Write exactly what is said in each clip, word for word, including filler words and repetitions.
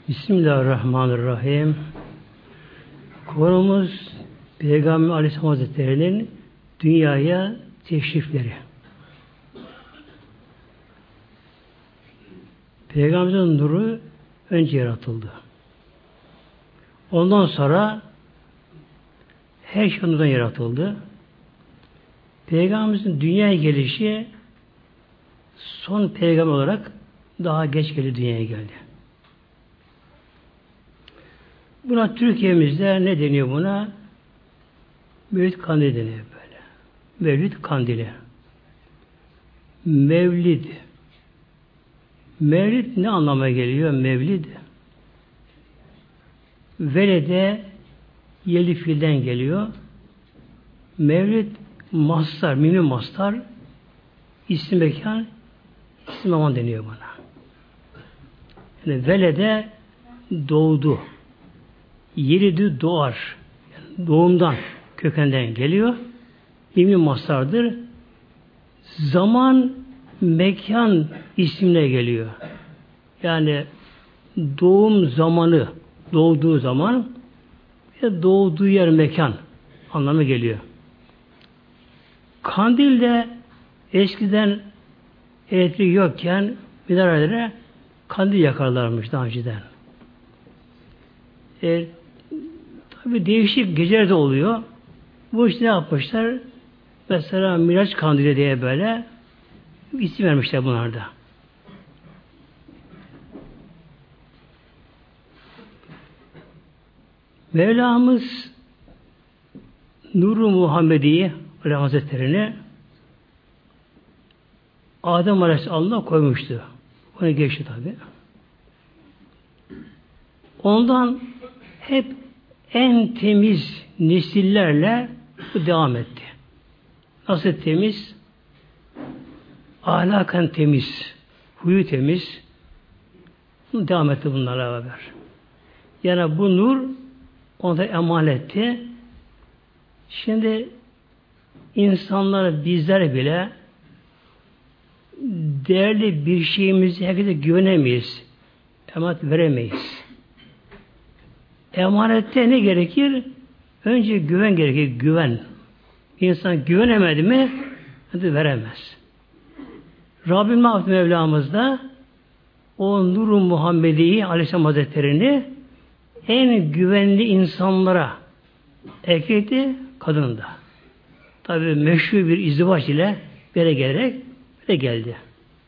Bismillahirrahmanirrahim. Konumuz Peygamber Aleyhisselam Hazretleri'nin dünyaya teşrifleri. Peygamberimizin nuru önce yaratıldı. Ondan sonra her şey ondan yaratıldı. Peygamberimizin dünyaya gelişi son peygamber olarak daha geç geldi, dünyaya geldi. Buna Türkiye'mizde ne deniyor buna? Mevlid kandili deniyor böyle. Mevlid kandili. Mevlid. Mevlid ne anlama geliyor? Mevlid. Velede yeli fiilden geliyor. Mevlid mastar, mimli mastar, isim mekan, isim zaman deniyor buna. Yani velede doğdu. Yelidü doğar. Yani doğumdan, kökenden geliyor. Mimli mastardır. Zaman, mekan isimle geliyor. Yani doğum zamanı, doğduğu zaman ve doğduğu yer mekan anlamı geliyor. Kandil de eskiden elektrik yokken minarelere kandil yakarlarmış daha önceden. E, tabi değişik geceler de oluyor. Bu işte ne yapmışlar? Mesela Miraç Kandili diye böyle isim vermişler bunlarda. Mevlamız Nur-u Muhammedi Hazretleri'ni Adem Aleyhisselam'la koymuştu. Onu geçti tabi. Ondan hep en temiz nesillerle bu devam etti. Nasıl temiz? Ahlaken temiz, huyu temiz. Devam etti bunlarla beraber. Yani bu nur onu da emanetti. Şimdi insanlar, bizler bile değerli bir şeyimizi herkese güvenemeyiz. Emanet veremeyiz. Emanette ne gerekir? Önce güven gerekir, güven. İnsan güvenemedi mi, hadi veremez. Rabbim Mevlamız da o Nur-u Muhammedi Aleyhisselam Hazretleri'ni en güvenli insanlara erkekti, kadın da. Tabi meşhur bir izdivaç ile böyle gelerek böyle geldi.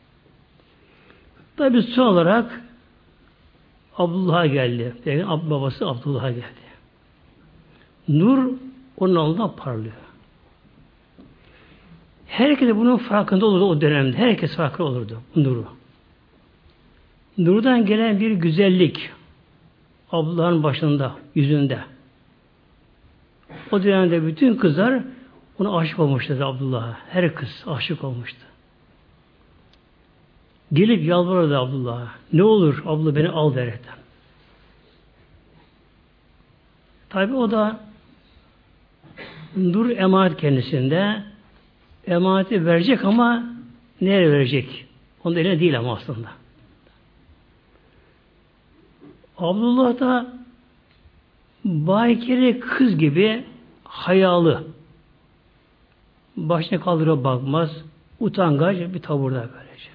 Tabi son olarak Abdullah'a geldi. Yani babası Abdullah'a geldi. Nur onun alnından parlıyor. Herkes bunun farkında olurdu o dönemde. Herkes farkında olurdu bu nuru. Nurdan gelen bir güzellik Abdullah'ın başında, yüzünde. O dönemde bütün kızlar ona aşık olmuştu Abdullah'a. Her kız aşık olmuştu. Gelip yalvarırdı Abdullah'a. Ne olur abla beni al derekten. Tabi o da nur emanet kendisinde. Emaneti verecek ama nereye verecek? Onun eline değil ama aslında. Abdullah da bakire kız gibi hayalı. Başına kaldırıp bakmaz. Utangaç bir tavırda böylece.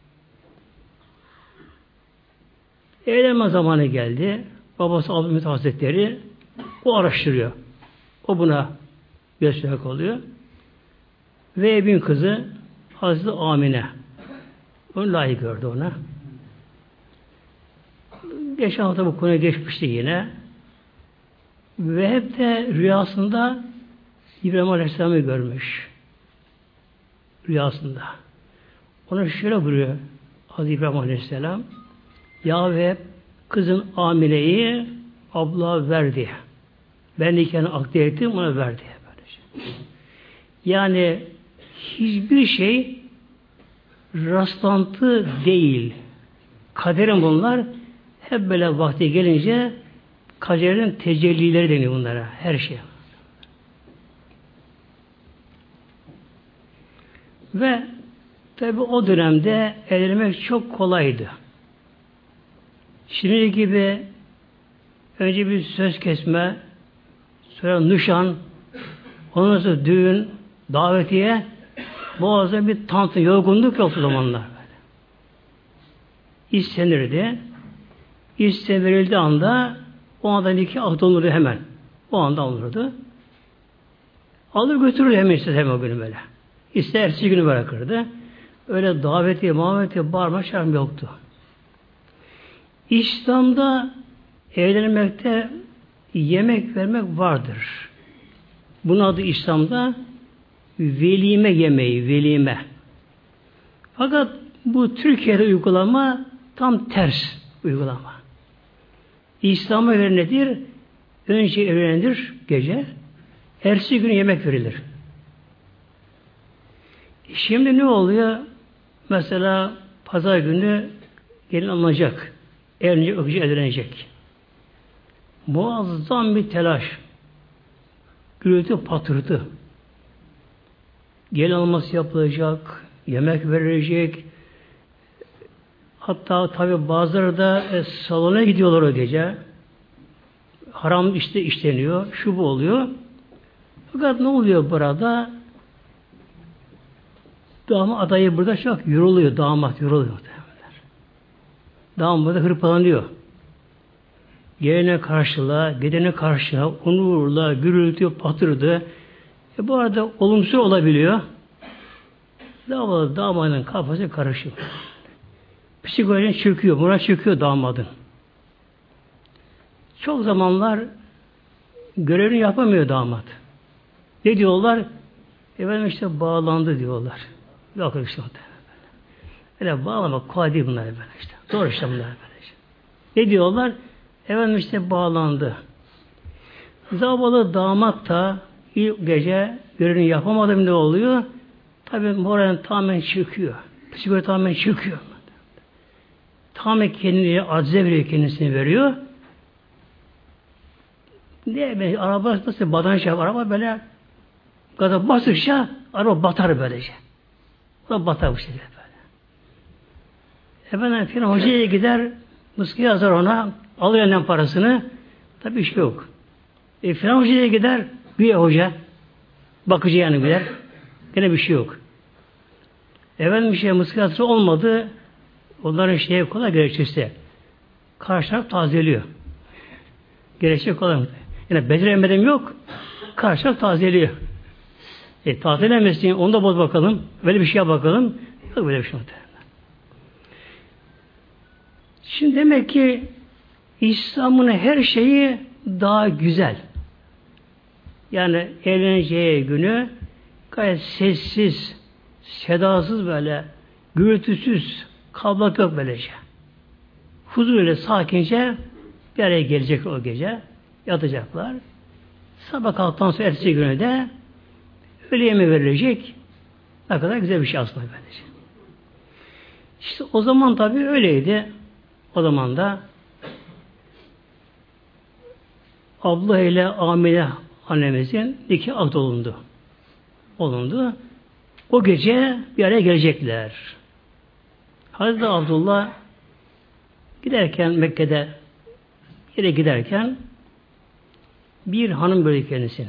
Evlenme zamanı geldi. Babası Abdülhamit Hazretleri o araştırıyor. O buna göstermek oluyor. Ve Ebin kızı Hazreti Amine. Onu layık gördü ona. Geçen hafta bu konuya geçmişti yine. Ve hep de rüyasında İbrahim Aleyhisselam'ı görmüş. Rüyasında. Ona şöyle buyuruyor Hazreti İbrahim Aleyhisselam. Ya ve kızın Amine'yi abla verdi. Ben de kendimi akde ettim ona verdi. Böylece. Yani hiçbir şey rastlantı değil. Kaderin bunlar hep böyle vakti gelince kaderin tecellileri deniyor bunlara. Her şey. Ve tabi o dönemde evlenmek çok kolaydı. Şimdi gibi önce bir söz kesme, sonra nişan, ondan sonra düğün, davetiye, boğazda bir tantı, yorgunluk yoktu o zamanlar. İstenirdi. İste verildiği anda o anda nikah akd olurdu hemen. O anda olurdu. Alır götürür hemen işte hemen o günü böyle. İste ertesi günü bırakırdı. Öyle davetiye, muhabbetiye, bağırma şarm yoktu. İslam'da evlenmekte yemek vermek vardır. Bunun adı İslam'da velime yemeği, velime. Fakat bu Türkiye'de uygulama tam ters uygulama. İslam'a göre nedir? Önce evlenilir gece, ertesi gün yemek verilir. Şimdi ne oluyor? Mesela pazar günü gelin alınacak. Evlenecek, öpücü evlenecek. Muazzam bir telaş. Gürültü patırtı. Gelin alması yapılacak, yemek verilecek. Hatta tabi bazıları da e, salona gidiyorlar o gece. Haram işte işleniyor, şu bu oluyor. Fakat ne oluyor burada? Damat adayı burada çok yoruluyor, damat yoruluyor. Damat burada hırpalanıyor. Gelene karşıla, gidene karşıla, onu vurla, gürültü patırdı. E bu arada olumsuz olabiliyor. Damat, damadın kafası karışıyor. Psikolojiden çöküyor, buna çöküyor damadın. Çok zamanlar görevini yapamıyor damat. Ne diyorlar? Efendim işte bağlandı diyorlar. Yok işte. Öyle bağlamak kolay değil bunlar böyle işte. Zor işte bunlar böyle işte. Ne diyorlar? Efendim işte bağlandı. Zavallı damat da ilk gece görevini yapamadım ne oluyor? Tabii moralin tamamen çıkıyor. Psikoloji tamamen çıkıyor. Tamamen kendini acize veriyor, kendisini veriyor. Ne be, araba nasıl badan şey araba böyle gaza bastıkça araba batar böylece. O da batar bu şekilde böyle. Efendim filan hocaya gider, mıskı yazar ona, alıyor elinden parasını, tabi bir şey yok. E filan hocaya gider, güya hoca, bakıcı yani gider, gene bir şey yok. Efendim bir şey mıskı yazarı olmadı, onların şeye kolay gerekçesi. Karşı taraf tazeliyor. Gerekçe kolay mı? Yani beceremediğim yok, karşı taraf tazeliyor. E tazelemezsin, onu da boz bakalım, böyle bir şey yap bakalım. Yok böyle bir şey. Şimdi demek ki İslam'ın her şeyi daha güzel. Yani evleneceği günü gayet sessiz, sedasız böyle, gürültüsüz, kavga yok böylece. Huzuruyla sakince bir araya gelecek o gece. Yatacaklar. Sabah kalktıktan sonra ertesi günü de öğle yemeği verilecek. Ne kadar güzel bir şey aslında böylece. İşte o zaman tabii öyleydi. O zaman da Abdullah ile Amine annemizin nikah akd olundu. Olundu. O gece bir araya gelecekler. Hazreti Abdullah giderken Mekke'de yere giderken bir hanım böyle kendisine.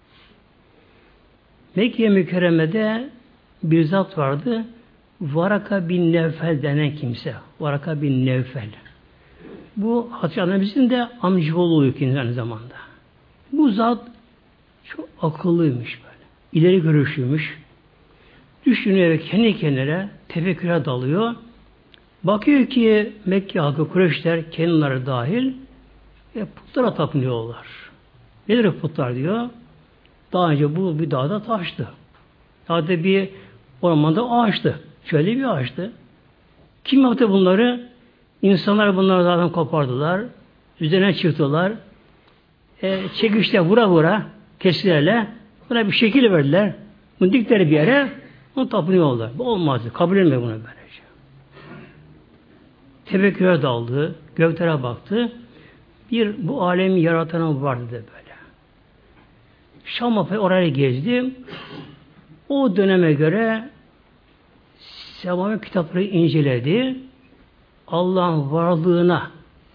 Mekke mükerremede bir zat vardı. Varaka bin Nevfel denen kimse. Varaka bin Nevfel. Bu Hatice annemizin de amca oğlu oluyor kendisi aynı zamanda. Bu zat çok akıllıymış böyle. İleri görüşlüymüş. Düşünüyor ve kendi kendine tefekküre dalıyor. Bakıyor ki Mekke halkı Kureyşler kendileri dahil e, putlara tapınıyorlar. Nedir putlar diyor? Daha önce bu bir dağda taştı. Dağda bir ormanda ağaçtı. Şöyle bir ağaçtı. Kim yaptı bunları? İnsanlar bunları zaten kopardılar. Üzerine çıktılar. E, çekişte vura vura kesilerle buna bir şekil verdiler. Bunu dikleri bir yere onu tapınıyorlar. Bu olmazdı. Kabul etmiyor bunu böylece. Tefekküre daldı. Göklere baktı. Bir bu alemi yaratanı vardı da böyle. Şam Afa'yı oraya gezdi. O döneme göre semavi kitapları inceledi. Allah'ın varlığına,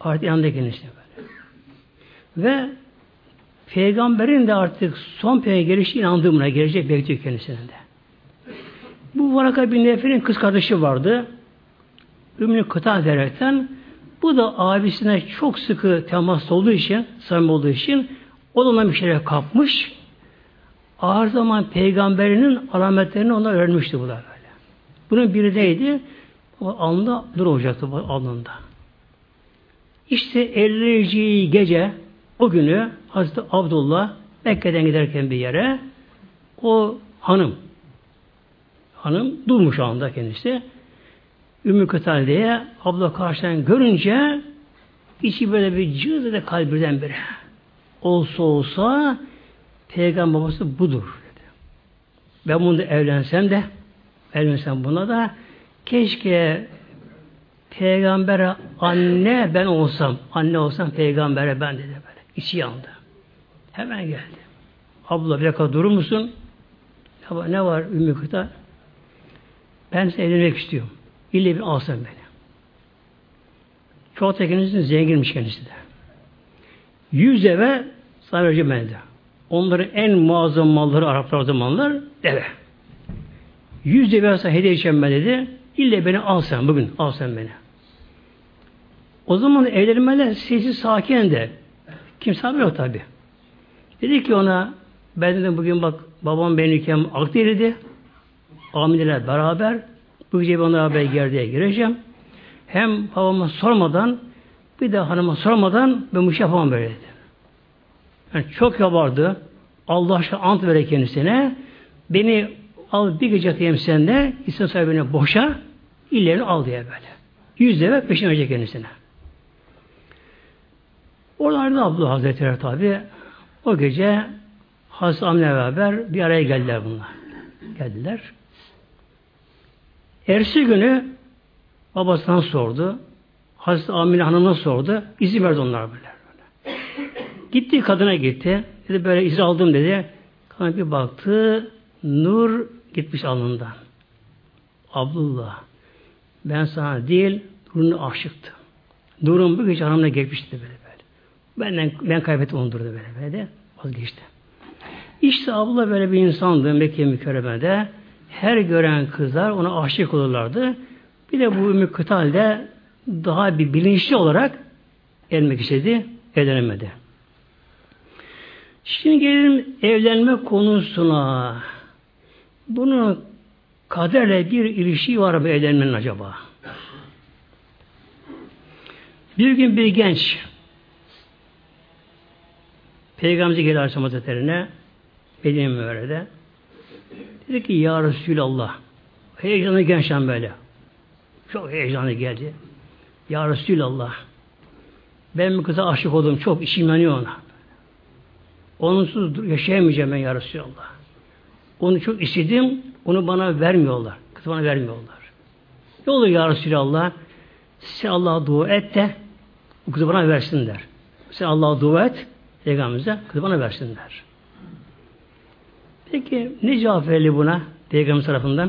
Artık yanında kendisi böyle. Ve peygamberin de artık son peygamber gelişi inandığımına gelecek bekliyor kendisine de. Bu Varaka bin Nefil'in kız kardeşi vardı. Ümmü Kıta derekten bu da abisine çok sıkı temas olduğu için, samimi olduğu için o da ona bir şeyler kapmış. Ağır zaman peygamberinin alametlerini ona öğrenmişti bu da böyle. Bunun biri neydi? O alnında dur olacaktı alnında. İşte ellinci gece o günü Hazreti Abdullah Mekke'den giderken bir yere o hanım hanım durmuş anda kendisi. Ümmü Kıtale'ye abla karşıdan görünce içi böyle bir cız de kalbirden biri. Olsa olsa peygamber babası budur dedi. Ben bunu da evlensem de evlensem buna da keşke peygambere anne ben olsam, anne olsam peygambere ben dedi böyle. İçi yandı. Hemen geldi. Abla bir dakika durur musun? Ya ne var Ümmü Kıta? Ben size evlenmek istiyorum. İlle bir alsam beni. Çok da kendisi zenginmiş kendisi de. Yüz eve sana vereceğim ben de. Onların en muazzam malları Araplar o zamanlar deve. Yüz eve sana hediye edeceğim ben dedi. İlle beni alsan bugün alsan beni. O zaman evlenmeler sessiz sakin de. Kimse haberi yok tabi. Dedi ki ona ben dedim bugün bak babam benimken aklı eridi. Amileler beraber bu gece ben onlara beraber gerdeğe gireceğim. Hem babama sormadan bir de hanıma sormadan ben bu işi yapamam böyle dedi. Yani çok yabardı. Allah aşkına ant vere kendisine. Beni al bir gece atayım sende. İster sahibine boşa. İllerini al diye böyle. Yüzde ve peşin verecek kendisine. Oralarda Abdullah Hazretleri tabi o gece Hazreti Amine'yle beraber bir araya geldiler bunlar. Geldiler. Ertesi günü babasından sordu. Hazreti Amine Hanım'ına sordu. İzin verdi onlar böyle. böyle. Gitti kadına gitti. Dedi böyle izin aldım dedi. Kadın bir baktı. Nur gitmiş alnından. Abdullah ben sana değil Nur'una aşıktım. Nur'un bu gece hanımına gelmişti böyle böyle. Benden, ben kaybettim onu durdu böyle böyle. Vazgeçti. İşte abla böyle bir insandı Mekke mükerremede. Her gören kızlar ona aşık olurlardı. Bir de bu Ümmü Kıtal'de daha bir bilinçli olarak evlenmek istedi, evlenemedi. Şimdi gelelim evlenme konusuna. Bunun kaderle bir ilişki var mı evlenmenin acaba? Bir gün bir genç Peygamberimize geldi Aleyhisselam Hazretleri'ne Medine Münevvere'de. Dedi ki ya Resulallah heyecanlı gençten böyle. Çok heyecanlı geldi. Ya Resulallah ben bir kıza aşık oldum. Çok içim yanıyor ona. Onsuz yaşayamayacağım ben ya Resulallah. Onu çok istedim. Onu bana vermiyorlar. Kız bana vermiyorlar. Ne olur ya Resulallah sen Allah'a dua et de bu kızı bana versinler. Sen Allah'a dua et Peygamberimize kızı bana versinler. Peki ne cevap verildi buna Peygamber tarafından?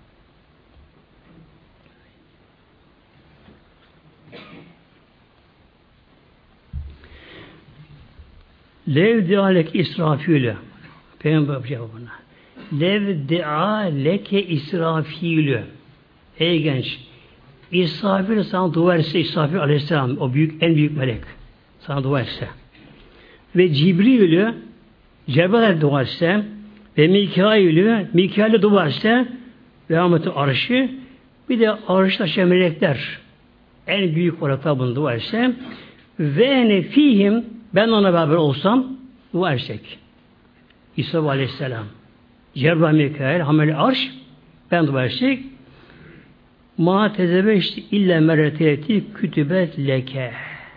Lev dialek İsrafil'ü Peygamber cevabına. Lev dialeke İsrafil'ü ey genç İsrafil sana dua etse İsrafil Aleyhisselam o büyük en büyük melek sana dua etse ve Cibril'ü Cebrail dua etse ve Mikail'ü Mikail'e dua etse ve Ahmet'in arşı bir de arşı taşıyan melekler en büyük olarak bunu dua etse ve ene fihim ben ona beraber olsam dua etsek İsa Aleyhisselam Cebrail Mikail Hamel arş ben dua etsek ma tezebeşti illa meretiyeti kütübet leke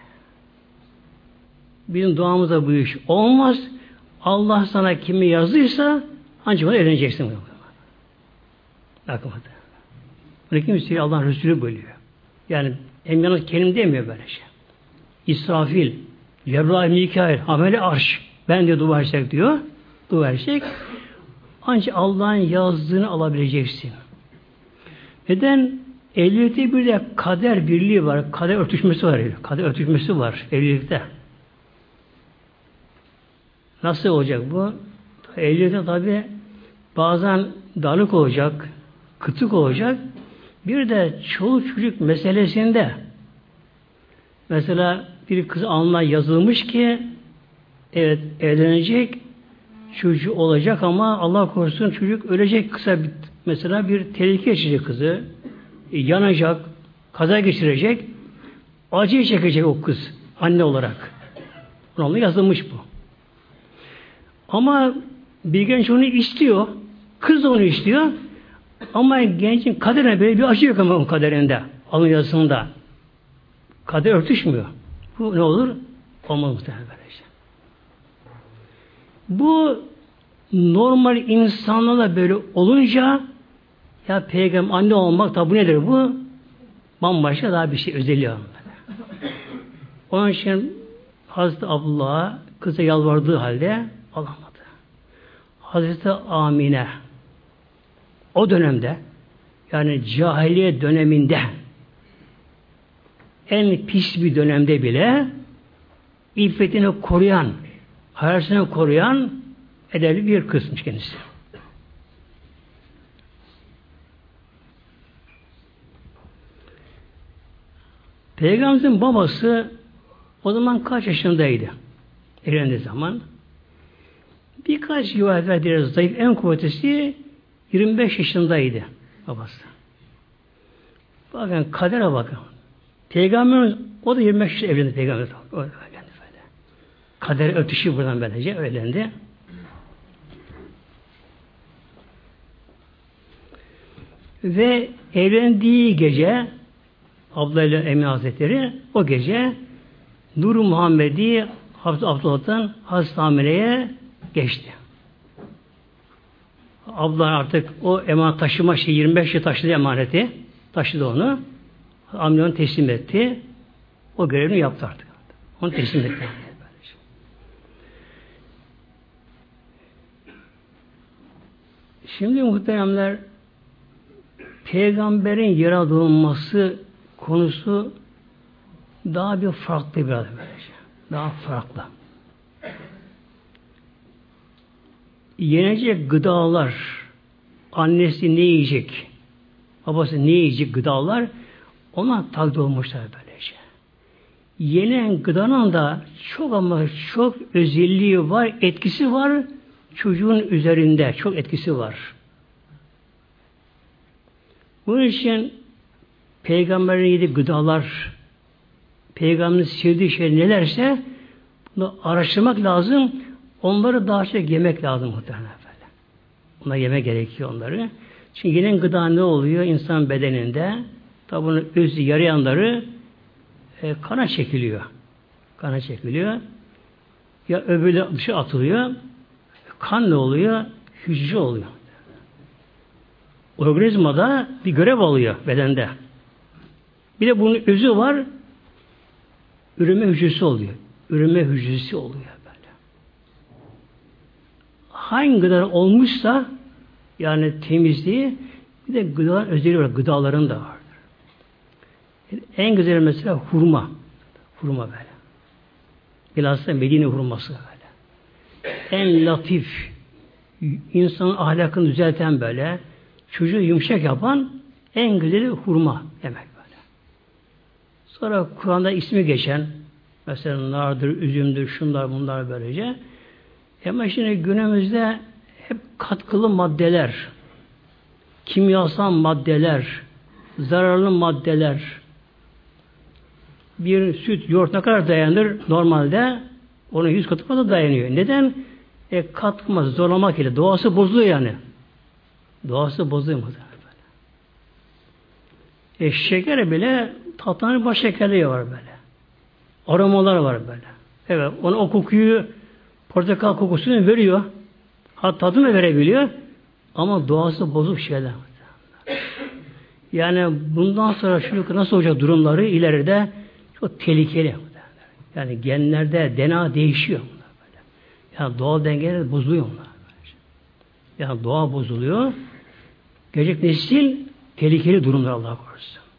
bizim duamızda bu iş olmaz. Allah sana kimi yazdıysa ancak ona evleneceksin. Bakın. Bunu kimse Allah'ın Resulü bölüyor. Yani emyanat kelim demiyor böyle şey. İsrafil, Cebrail, Mikail, Hamele arş. Ben de dua edecek diyor. Dua edecek. Ancak Allah'ın yazdığını alabileceksin. Neden? Evlilikte bir de kader birliği var. Kader örtüşmesi var. Kader örtüşmesi var evlilikte. Nasıl olacak bu? Evlilikte tabi bazen darlık olacak, kıtık olacak. Bir de çoluk çocuk meselesinde mesela bir kız alnına yazılmış ki evet evlenecek, çocuğu olacak ama Allah korusun çocuk ölecek, kısa bir, mesela bir tehlike geçecek kızı, yanacak, kaza geçirecek, acı çekecek o kız anne olarak. Ona yazılmış bu. Ama bir genç onu istiyor, kız da onu istiyor ama gencin kaderine böyle bir acı yok ama onun kaderinde, alın yazısında. Kader örtüşmüyor. Bu ne olur? Olmaz muhtemelen böylece. Bu normal insanlarla böyle olunca ya peygamber anne olmak tabi nedir bu? Bambaşka daha bir şey özelliği var. Onun için Hazreti Abdullah'a kıza yalvardığı halde alamadı. Hazreti Amine o dönemde yani cahiliye döneminde en pis bir dönemde bile iffetini koruyan, hayatını koruyan edebli bir kızmış kendisi. Peygamberimizin babası o zaman kaç yaşındaydı? Evlendiği zaman. Birkaç rivayet verdiği zayıf en kuvvetlisi yirmi beş yaşındaydı babası. Bakın kadere bakın. Peygamberimiz o da yirmi beş yaşında evlendi peygamber. O da evlendi böyle. Kader ötüşü buradan böylece evlendi. Ve evlendiği gece Abdullah ile Emine Hazretleri o gece Nur-u Muhammedi Hazreti Abdullah'tan Hazreti Amine'ye geçti. Abdullah artık o emanet taşıma şey yirmi beş yıl taşıdı emaneti. Taşıdı onu. Amine onu teslim etti. O görevini yaptı artık. Onu teslim etti. Şimdi muhteremler peygamberin yaratılması konusu daha bir farklı biraz böylece. Daha farklı. Yenecek gıdalar, annesi ne yiyecek, babası ne yiyecek gıdalar, ona takdir olmuşlar böylece. Yenen gıdanın da çok ama çok özelliği var, etkisi var, çocuğun üzerinde çok etkisi var. Bunun için Peygamberin yediği gıdalar, Peygamberin sevdiği şey nelerse bunu araştırmak lazım. Onları daha çok yemek lazım muhtemelen böyle. Ona yemek gerekiyor onları. Çünkü yenen gıda ne oluyor insan bedeninde? Tabi bunun özü yarayanları e, kana çekiliyor. Kana çekiliyor. Ya öbürü dışa atılıyor. Kan ne oluyor? Hücre oluyor. Organizmada bir görev alıyor bedende. Bir de bunun özü var. Üreme hücresi oluyor. Üreme hücresi oluyor böyle. Hangi gıda olmuşsa yani temizliği bir de gıdaların özelliği var. Gıdaların da vardır. Yani en güzel mesela hurma. Hurma böyle. Bilhassa Medine hurması böyle. En latif, insanın ahlakını düzelten böyle, çocuğu yumuşak yapan en güzeli hurma demek böyle. Sonra Kur'an'da ismi geçen mesela nardır, üzümdür, şunlar bunlar böylece. Ama şimdi günümüzde hep katkılı maddeler, kimyasal maddeler, zararlı maddeler, bir süt, yoğurt ne kadar dayanır normalde? Onun yüz katı kadar dayanıyor. Neden? E, katma, zorlamak ile. Doğası bozuluyor yani. Doğası bozuluyor mu? E, şeker bile tatlı baş şekerliği var böyle. Aromalar var böyle. Evet, onu o kokuyu portakal kokusunu veriyor. Hatta tadını verebiliyor. Ama doğası bozuk şeyler. Yani bundan sonra şu nasıl olacak durumları ileride çok tehlikeli. Yani genlerde D N A değişiyor. Yani doğal dengeler bozuluyor. Yani doğa bozuluyor. Gelecek nesil tehlikeli durumlar Allah korusun.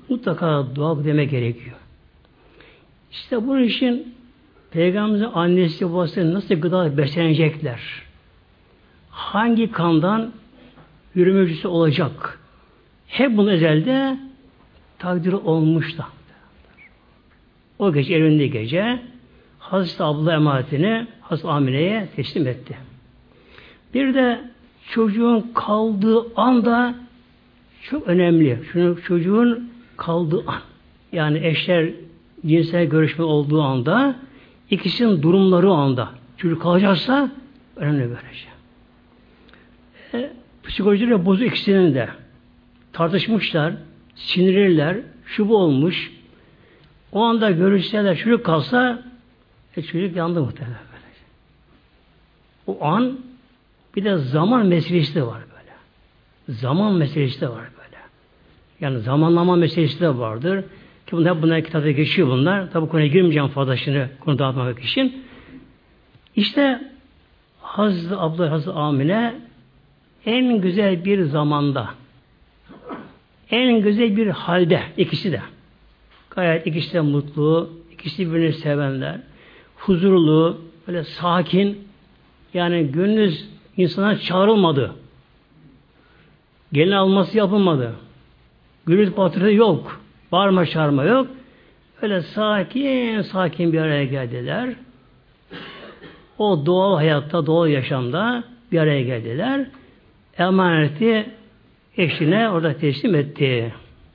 mutlaka dua demek gerekiyor. İşte bunun için Peygamberimizin annesi babası nasıl gıda beslenecekler? Hangi kandan yürümecisi olacak? Hep bunun ezelde takdiri olmuş da. O gece, evinde gece Hazreti Abdullah emanetini Hazreti Amine'ye teslim etti. Bir de çocuğun kaldığı anda çok önemli. Şunu çocuğun kaldığı an. Yani eşler cinsel görüşme olduğu anda ikisinin durumları o anda. Çocuk kalacaksa önemli böylece. E, psikolojiyle bozuk ikisinin de. Tartışmışlar, sinirliler, şu bu olmuş. O anda görüşseler çocuk kalsa e, çocuk yandı muhtemelen böylece. O an bir de zaman meselesi de var böyle. Zaman meselesi de var böyle. Yani zamanlama meselesi de vardır. Ki bunlar, bunlar kitapta geçiyor bunlar. Tabi konuya girmeyeceğim fazla şimdi konu dağıtmak için. İşte Hazreti Abdullah, Hazreti Amine en güzel bir zamanda, en güzel bir halde ikisi de. Gayet ikisi de mutlu, ikisi birbirini sevenler, huzurlu, böyle sakin, yani gönlünüz insana çağrılmadı. Gelin alması yapılmadı. Gürültü patırtı yok. Bağırma çağırma yok. Öyle sakin sakin bir araya geldiler. O doğal hayatta, doğal yaşamda bir araya geldiler. Emaneti eşine orada teslim etti.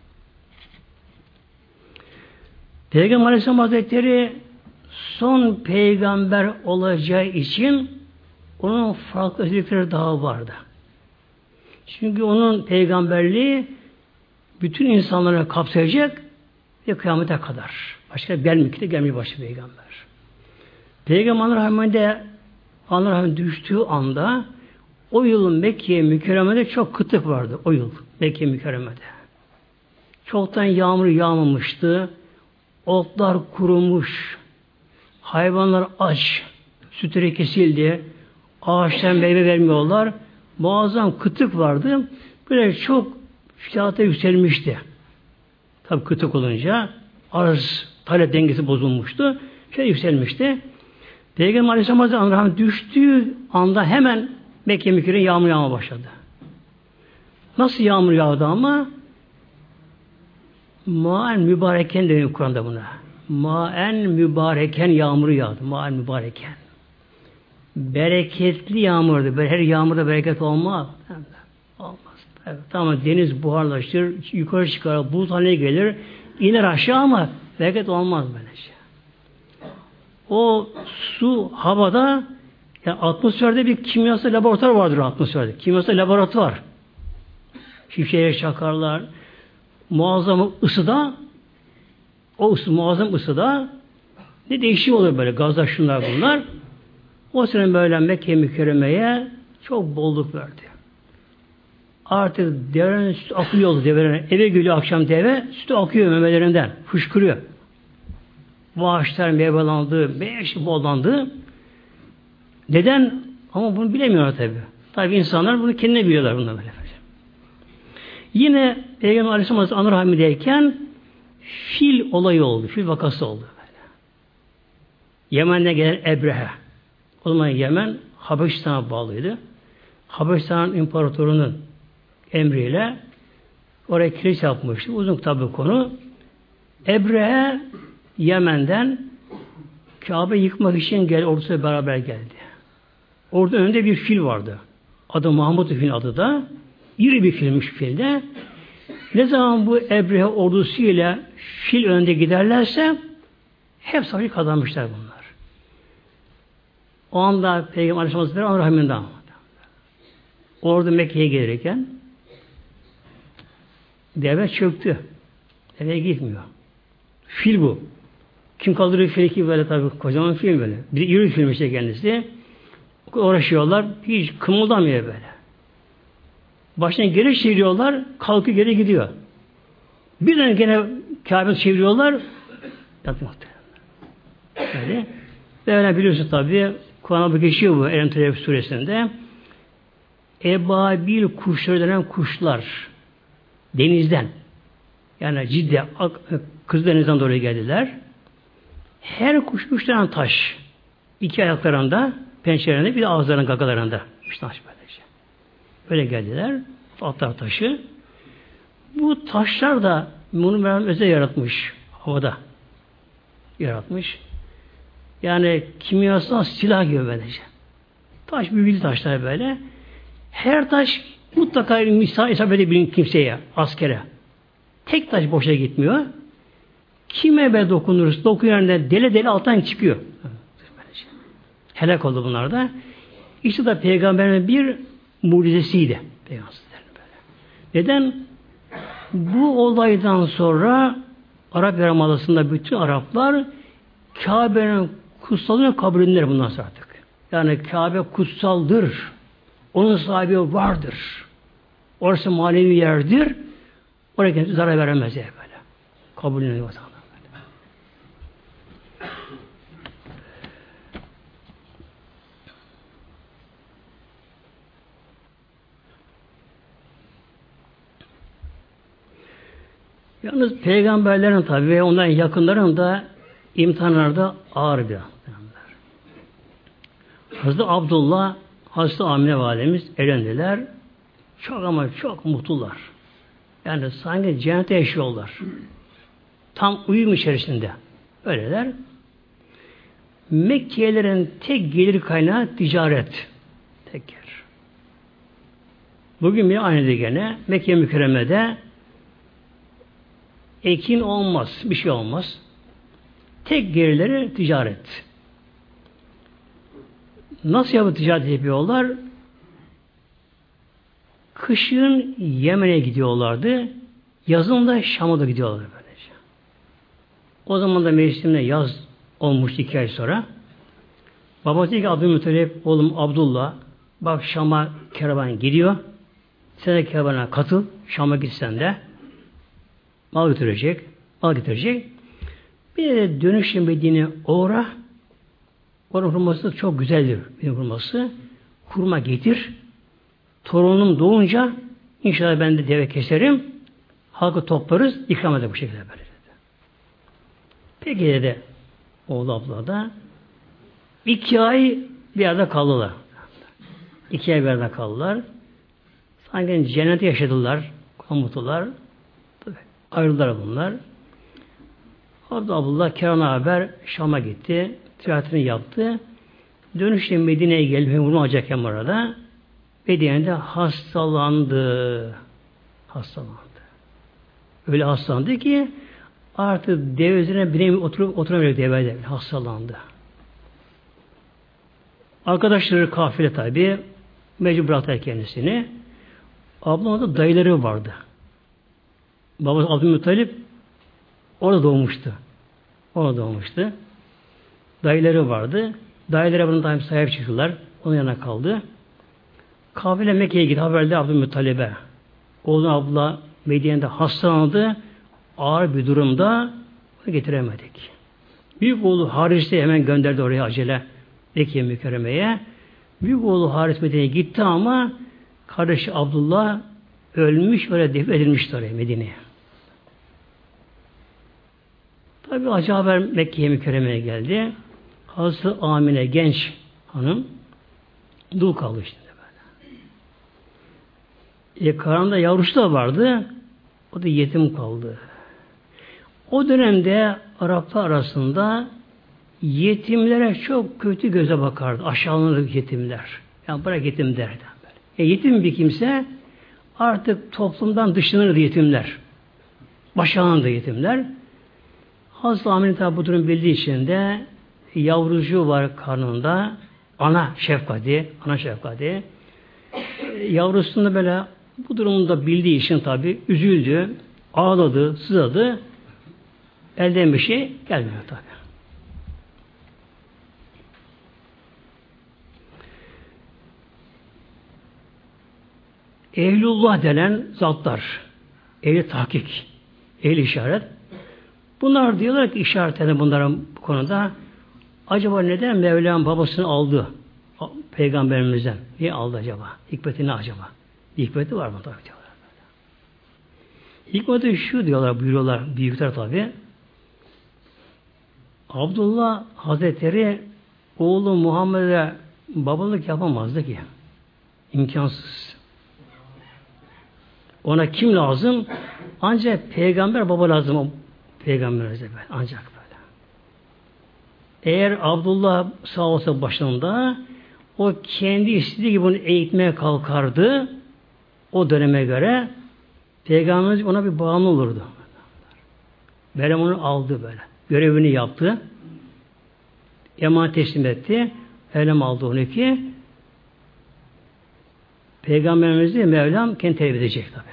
Peygamber Aleyhisselam Hazretleri son peygamber olacağı için onun farklı özellikleri daha vardı. Çünkü onun peygamberliği bütün insanlara kapsayacak ve kıyamete kadar. Başka gelmekte gelmiyor başka peygamber. Peygamber Rahman'da Allah Rahman düştüğü anda o yılın Mekke mükerremede çok kıtlık vardı. O yıl Mekke mükerremede. Çoktan yağmur yağmamıştı. Otlar kurumuş. Hayvanlar aç. Sütleri kesildi. Ağaçtan meyve vermiyorlar. Muazzam kıtlık vardı. Böyle çok fiyata yükselmişti. Tabi kıtlık olunca arz talep dengesi bozulmuştu. Şey yükselmişti. Peygamber Aleyhisselam Hazretleri düştüğü anda hemen Mekke mükerremede yağmur yağmaya başladı. Nasıl yağmur yağdı ama? Ma'en mübareken deniyor Kur'an'da buna. Ma'en mübareken yağmuru yağdı. Ma'en mübareken. Bereketli yağmurdu. Her yağmurda bereket olmaz. Olmaz. Evet, tamam deniz buharlaşır, yukarı çıkar, bulut haline gelir, iner aşağı ama bereket olmaz böylece. O su havada, yani atmosferde bir kimyasal laboratuvar vardır atmosferde. Kimyasal laboratuvar. Şişeye çakarlar. Muazzam ısıda, o ısı, muazzam ısıda ne değişik oluyor böyle gazlar şunlar bunlar. O sene böyle Mekke mükerremeye çok bolluk verdi. Artık devenin sütü akıyor develerin. Eve geliyor akşam deve, sütü akıyor memelerinden, fışkırıyor. Bu ağaçlar meyvelandı, meş bollandı. Neden? Ama bunu bilemiyorlar tabi. Tabi insanlar bunu kendine biliyorlar bundan böyle. Yine Peygamber Aleyhisselam Hazretleri Anur Hamide'yken fil olayı oldu. Fil vakası oldu. Böyle. Yemen'den gelen Ebrehe. O zaman Yemen Habeşistan'a bağlıydı. Habeşistan imparatorunun emriyle oraya kilise yapmıştı. Uzun tabi konu. Ebrehe Yemen'den Kabe yıkmak için gel, ordusuyla beraber geldi. Orada önünde bir fil vardı. Adı Mahmud fil adı da. İri bir filmiş filde. Ne zaman bu Ebrehe ordusuyla fil önde giderlerse hep savaşı kazanmışlar bunlar. O anda Peygamber Aleyhisselam Hazretleri Anur Rahim'inden orada Mekke'ye gelirken deve çöktü. Deve gitmiyor. Fil bu. Kim kaldırıyor fili ki böyle tabii kocaman fil böyle. Bir iri filmiş de kendisi. Uğraşıyorlar. Hiç kımıldamıyor böyle. Başına geri çeviriyorlar, kalkıyor geri gidiyor. Birden gene Kabe'yi çeviriyorlar, yatıyor. Böyle. Böyle biliyorsun tabi, Kur'an'a geçiyor bu El-Emtiyef suresinde. Ebabil kuşları denen kuşlar, denizden, Yani Cidde, Kızıldeniz'den doğru geldiler. Her kuş üç tane taş. İki ayaklarında, pençelerinde, bir de ağızlarının gagalarında. Üç taş böylece. Böyle geldiler. Atlar taşı. Bu taşlar da bunu Mevlam özel yaratmış. Havada. Yaratmış. Yani kimyasal silah gibi böylece. Taş, büyülü taşlar böyle. Her taş mutlaka misal isabet edebilir kimseye, askere. Tek taş boşa gitmiyor. Kime be dokunuruz, dokuyan da dele dele alttan çıkıyor. Helak oldu bunlar da. İşte da Peygamber'in bir mucizesiydi. Peygamber'in böyle. Neden? Bu olaydan sonra Arap Yarımadası'nda bütün Araplar Kabe'nin kutsallığını kabul eder bundan sonra artık. Yani Kabe kutsaldır. Onun sahibi vardır. Orası manevi yerdir. Oraya kendisi zarar veremez diye böyle. Kabul ediyor vatandaş. Yalnız peygamberlerin tabi ve onların yakınların da imtihanlarda ağır bir imtihanlar. Hazreti Abdullah, Hazreti Amine validemiz evlendiler. Çok ama çok mutlular. Yani sanki cennete yaşıyorlar. Tam uyum içerisinde. Öyleler. Mekkelilerin tek gelir kaynağı ticaret. Tek yer. Bugün bir aynı gene Mekke mükerremede ekin olmaz. Bir şey olmaz. Tek gelirleri ticaret. Nasıl yapıp ticaret yapıyorlar? Kışın Yemen'e gidiyorlardı. Yazın da Şam'a da gidiyorlardı böylece. O zaman da mevsimde yaz olmuştu iki ay sonra. Babası dedi ki Abdülmuttalip, oğlum Abdullah, bak Şam'a kervan gidiyor. Sen de kervana katıl. Şam'a gitsen de mal götürecek. Mal getirecek. Bir de dönüşün Medine'ye uğra. Oranın hurması çok güzeldir. Benim hurması. Hurma getir. Torunum doğunca inşallah ben de deve keserim. Halkı toplarız. İkram eder bu şekilde böyle dedi. Peki dedi oğlu abla da iki ay bir yerde kaldılar. İki ay bir yerde kaldılar. Sanki cennette yaşadılar. Mutlular. Ayrıldılar bunlar. Abdullah Kerana haber Şam'a gitti. Ticaretini yaptı. Dönüşte Medine'ye geldi. Bunu alacakken orada. Medine'de hastalandı. Hastalandı. Öyle hastalandı ki artık deve üzerine binemiyor, oturup oturamıyor devede. Hastalandı. Arkadaşları kafile tabi mecbur bıraktılar kendisini. Ablamın da dayıları vardı. Babası Abdülmuttalip orada doğmuştu. Orada doğmuştu. Dayıları vardı. Dayıları bunun daim sahip çıktılar. Onun yanına kaldı. Kafile Mekke'ye gitti. Haberle Abdülmuttalip'e. Oğlum abla Medine'de hastalandı. Ağır bir durumda getiremedik. Büyük oğlu Haris'i hemen gönderdi oraya acele. Mekke'ye mükerremeye. Büyük oğlu Haris Medine'ye gitti ama kardeşi Abdullah ölmüş, öyle defnedilmişti oraya Medine'ye. Tabi acı haber Mekke'ye mükerremeye geldi. Hazreti Amine genç hanım dul kaldı işte böyle. E, karnında yavrusu da vardı. O da yetim kaldı. O dönemde Araplar arasında yetimlere çok kötü göze bakardı. Aşağılanır yetimler. Yani bırak yetim derdi. E, yetim bir kimse artık toplumdan dışlanırdı yetimler. Aşağılanırdı yetimler. Hazreti Amine tabi bu durum bildiği için de yavrucuğu var karnında. Ana şefkati, ana şefkati. Yavrusunu böyle bu durumda bildiği için tabi üzüldü, ağladı, sızladı. Elden bir şey gelmiyor tabi. Ehlullah denen zatlar, ehli tahkik, ehli işaret. Bunlar diyorlar ki işaretlerinde bunların bu konuda acaba neden Mevlam babasını aldı Peygamberimizden? Niye aldı acaba? Hikmeti ne acaba? Bir hikmeti var mı tabi diyorlar. Hikmeti şu diyorlar, buyuruyorlar büyükler tabi. Abdullah Hazretleri oğlu Muhammed'e babalık yapamazdı ki. İmkansız. Ona kim lazım? Ancak peygamber baba lazım o peygamberimize böyle. Ancak böyle. Eğer Abdullah sağ olsa başında o kendi istediği gibi onu eğitmeye kalkardı. O döneme göre peygamberimiz ona bir bağımlı olurdu. Böyle onu aldı böyle. Görevini yaptı. Emanet teslim etti. Elem aldı onu ki Peygamberimizi Mevlam kendi terbiye edecek tabi.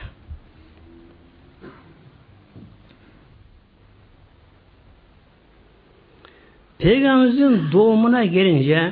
Peygamberimizin doğumuna gelince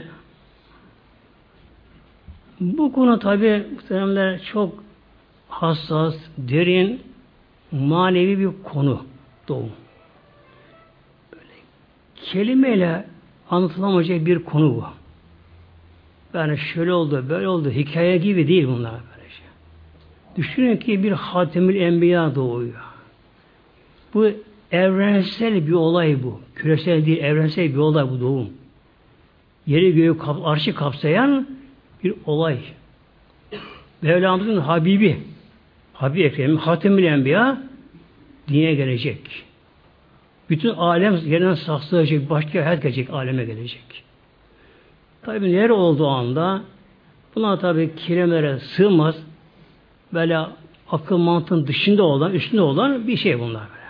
bu konu tabi muhteremler çok hassas, derin, manevi bir konu doğum. Böyle kelimeyle anlatılamayacak bir konu bu. Yani şöyle oldu, böyle oldu, hikaye gibi değil bunlar böyle şey. Düşünün ki bir Hatemül Enbiya doğuyor. Bu evrensel bir olay bu. Küresel değil, evrensel bir olay bu doğum. Yeri göğü kap, arşı kapsayan bir olay. Mevlamızın Habibi, Habibi Ekrem, Hatemül Enbiya dünyaya gelecek. Bütün alem yerinden sarsılacak, başka hayat gelecek, aleme gelecek. Tabi yer olduğu anda buna tabi kelimelere sığmaz. Böyle akıl mantığın dışında olan, üstünde olan bir şey bunlar böyle.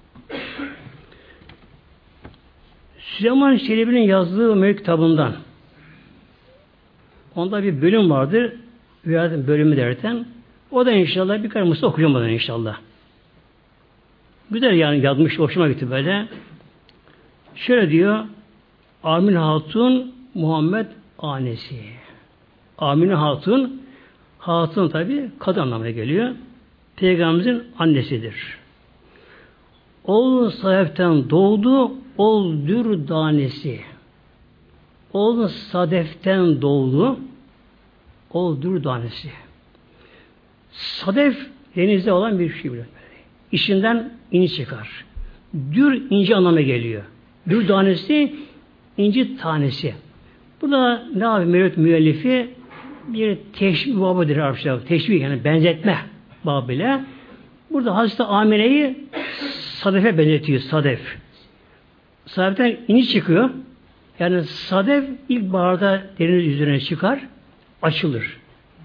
Süleyman Çelebi'nin yazdığı Mevlid kitabından onda bir bölüm vardır. Rüyadın bölümü derken o da inşallah birkaç mısra okuyacağım ondan inşallah. Güzel yani yazmış, hoşuma gitti böyle. Şöyle diyor Amine Hatun Muhammed annesi. Amine Hatun Hatun tabi kadın anlamına geliyor. Peygamberimizin annesidir. Oğlu Sadef'ten doğdu, ol dür danesi. Oğlu Sadef'ten doğdu, ol dür danesi. Sadef denizde olan bir şey bile. İçinden inci çıkar. Dür inci anlamına geliyor. Dür tanesi inci tanesi. Burada ne yapıyor Mevlüt müellifi? Bir teşbih babıdır arkadaşlar. Teşbih yani benzetme babıyla. Burada Hazreti Amine'yi Sadef'e benzetiyor. Sadef. Sadef'ten inci çıkıyor. Yani Sadef ilkbaharda deniz üzerine çıkar. Açılır.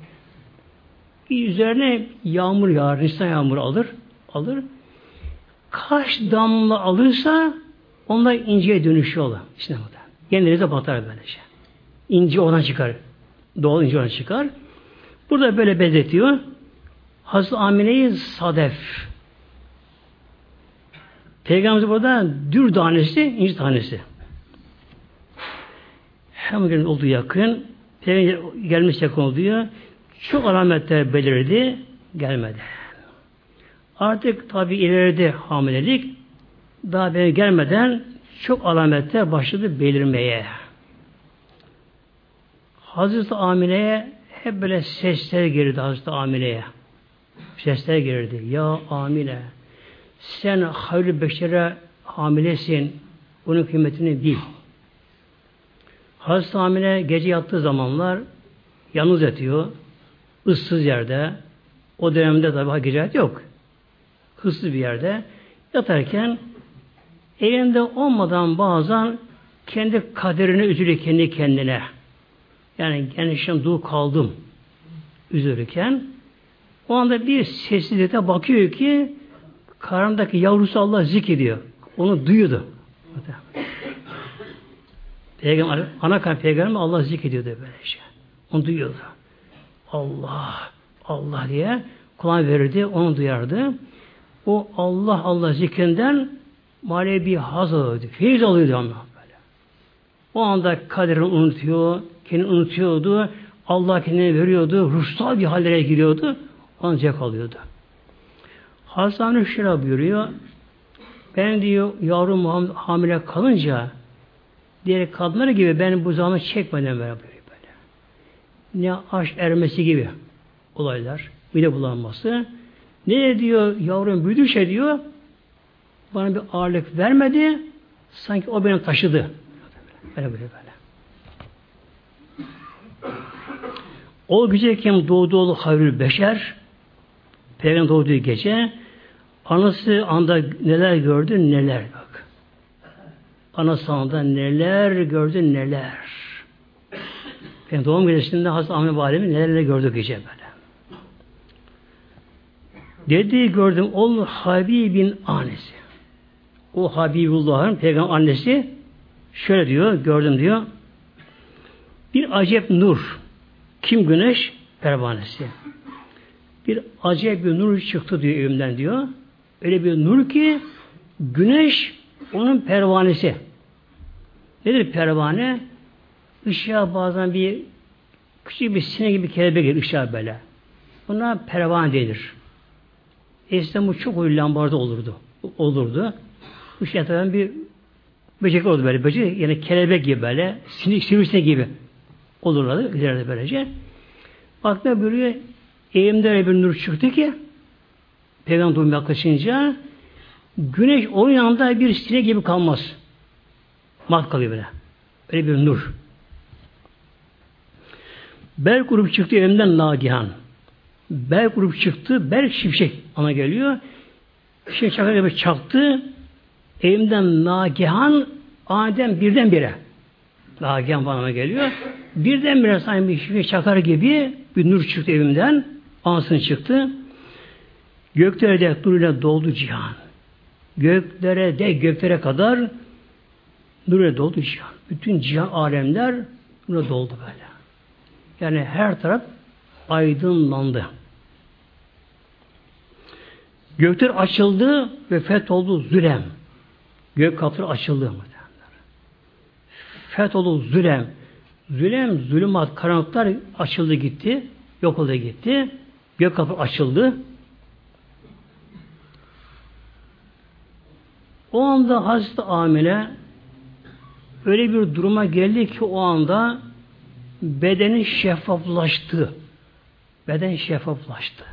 Üzerine yağmur yağar. Nisan yağmuru alır. Alır. Kaç damla alırsa onlar inciye dönüşüyorlar. İşte bu da. Yine denize batar böylece. İnci oradan çıkar. Doğal inci oradan çıkar. Burada böyle benzetiyor. Hazreti Amine'yi Sadef. Peygamberimiz burada dür tanesi, inci tanesi. Hem olduğu yakın, Peygamber gelmiş yakın oluyor. Çok alametler belirdi, gelmedi. Artık tabi ileride hamilelik daha beri gelmeden çok alametler başladı belirmeye. Hazreti Amine'ye hep böyle sesler girdi Hazreti Amine'ye. Sesler girdi. Ya Amine sen hayırlı beşere hamilesin. Bunun kıymetini bil. Hazreti Amine gece yattığı zamanlar yalnız yatıyor. Issız yerde. O dönemde tabi gece hayat yok. Hırsız bir yerde yatarken elinde olmadan bazen kendi kaderine üzülüyor kendi kendine. Yani gençten dul kaldım üzülürken o anda bir sessizlikte bakıyor ki karnındaki yavrusu Allah zikrediyor. Onu duyuyordu. Peygamber, ana kan peygamber Allah zikrediyordu böylece. Onu duyuyordu. Allah, Allah diye kulağına verirdi, onu duyardı. O Allah Allah zikrinden manevi bir haz alıyordu. Feyiz alıyordu ama böyle. O anda kaderini unutuyor, kendini unutuyordu. Allah kendine veriyordu. Ruhsal bir hallere giriyordu. Onu zevk alıyordu. Hasan şöyle buyuruyor. Ben diyor yavrum hamile kalınca diğer kadınlar gibi ben bu zamanı çekmeden böyle böyle. Ne aşk ermesi gibi olaylar, mide bulanması. Ne diyor yavrum büyüdükçe diyor bana bir ağırlık vermedi sanki o beni taşıdı. Böyle böyle böyle. O gece kim doğdu oğlu Hayrül Beşer Peygamber doğduğu gece anası anda neler gördü neler bak. Anası anda neler gördü neler. Benim doğum gecesinde Hazreti Ahmet Validemiz neler gördü gece böyle. Dedi gördüm oğlu Habib'in annesi. O Habibullah'ın peygamber annesi şöyle diyor gördüm diyor. Bir acep nur. Kim güneş? Pervanesi. Bir acayip bir nur çıktı diyor evimden diyor. Öyle bir nur ki güneş onun pervanesi. Nedir pervane? Işığa bazen bir küçük bir sinek gibi kelebek gelir ışığa böyle. Buna pervane denir. Eskiden bu çok uylu lambarda olurdu. Olurdu. Işığa tabi bir böcek oldu böyle. Böcek yani kelebek gibi böyle. Sinek, sivrisinek gibi olurlardı. İleride böylece. Baktım böyle eğimde öyle bir nur çıktı ki Peygamber doğum yaklaşınca güneş onun yanında bir sinek gibi kalmaz. Mat kalıyor böyle. Öyle bir nur. Berk grup çıktı elimden nagihan. Berk grup çıktı. Berk şimşek ana geliyor. Şimşek çakar gibi çaktı. Elimden nagihan Adem birdenbire. Nagihan bana geliyor. Birdenbire sanki bir şimşek çakar gibi bir nur çıktı evimden. Ansın çıktı. Göklere de nur ile doldu cihan. Göklere de göklere kadar nur ile doldu cihan. Bütün cihan alemler nur ile doldu böyle. Yani her taraf aydınlandı. Gökler açıldı ve fetholdu zülem. Gök kapıları açıldı. Fetholdu zülem. Zülem, zulümat, karanlıklar açıldı gitti. Yok oldu gitti. Gök kapı açıldı. O anda Hazreti Amine öyle bir duruma geldi ki o anda bedeni şeffaflaştı. Beden şeffaflaştı.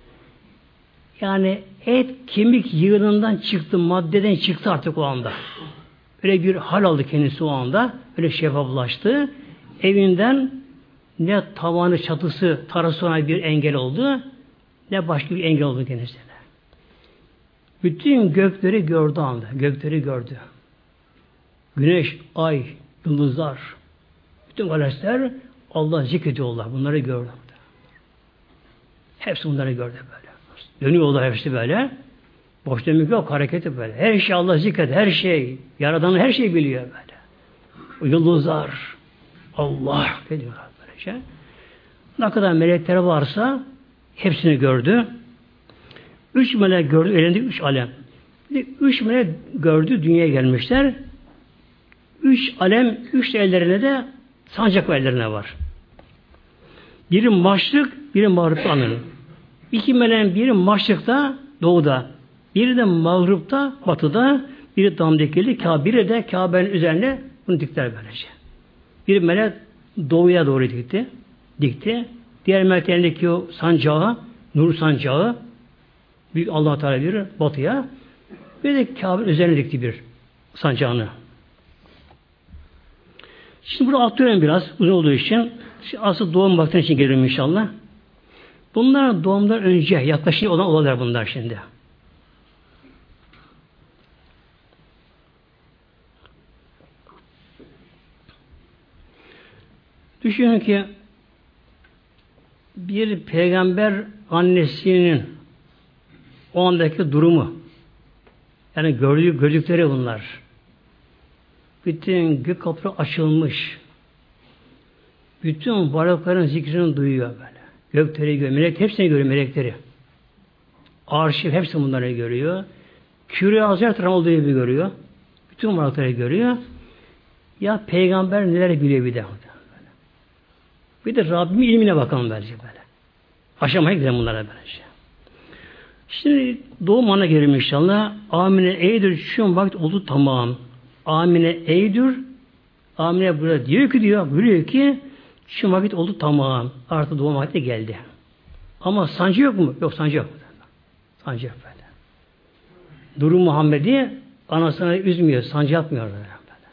Yani et, kemik yığınından çıktı, maddeden çıktı artık o anda. Öyle bir hal aldı kendisi o anda. Öyle şeffaflaştı. Evinden ne tavanı, çatısı, tarası ona bir engel oldu, ne başka bir engel oldu kendisine. Bütün gökleri gördü anda. Gökleri gördü. Güneş, ay, yıldızlar, bütün galaksiler Allah zikrediyorlar. Bunları gördü. Hepsi bunları gördü böyle. Dönüyorlar hepsi böyle. Boş dönmek yok, hareketi böyle. Her şey Allah zikrediyor, her şey. Yaradanı her şeyi biliyor böyle. O yıldızlar, Allah diyorlar böylece. Ne kadar melekler varsa hepsini gördü. Üç melek gördü, elinde üç alem. Üç melek gördü, dünyaya gelmişler. Üç alem, üç ellerine de sancak ellerine var. Biri maşrık, biri mağrıpta anılır. İki meleğin biri maşrıkta, doğuda. Biri de mağrıpta, batıda. Biri damdekeli, biri de Kabe'nin üzerine bunu dikler böylece. Bir melek doğuya doğru dikti. Dikti. Diğer meleklerindeki o sancağı, nur sancağı, büyük Allah Teala bir batıya. Bir de Kabe'nin üzerine dikti bir sancağını. Şimdi burada atlıyorum biraz uzun olduğu için. Şimdi asıl doğum vaktinin için gelirim inşallah. Bunlar doğumdan önce yaklaşık olan olaylar bunlar şimdi. Düşünün ki bir peygamber annesinin o andaki durumu, yani gördüğü, gördükleri bunlar. Bütün gök kapıları açılmış. Bütün varlıkların zikrini duyuyor böyle. Gökleri görüyor. Melek hepsini görüyor melekleri. Arşiv hepsi bunları görüyor. Küre Hazretleri olduğu gibi görüyor. Bütün varlıkları görüyor. Ya peygamber neler biliyor bir de. Bir de Rabbimin ilmine bakalım bence böyle. Aşamaya gidelim bunlara bence. Şimdi doğum ana gelelim inşallah. Amine eydir şu vakit oldu tamam. Amine eydir. Amine burada diyor ki diyor, biliyor ki şu vakit oldu tamam. Artık doğum vakti geldi. Ama sancı yok mu? Yok sancı yok. Sancı böyle. Nuru Muhammed'i anasını üzmüyor, sancı yapmıyor. Böyle.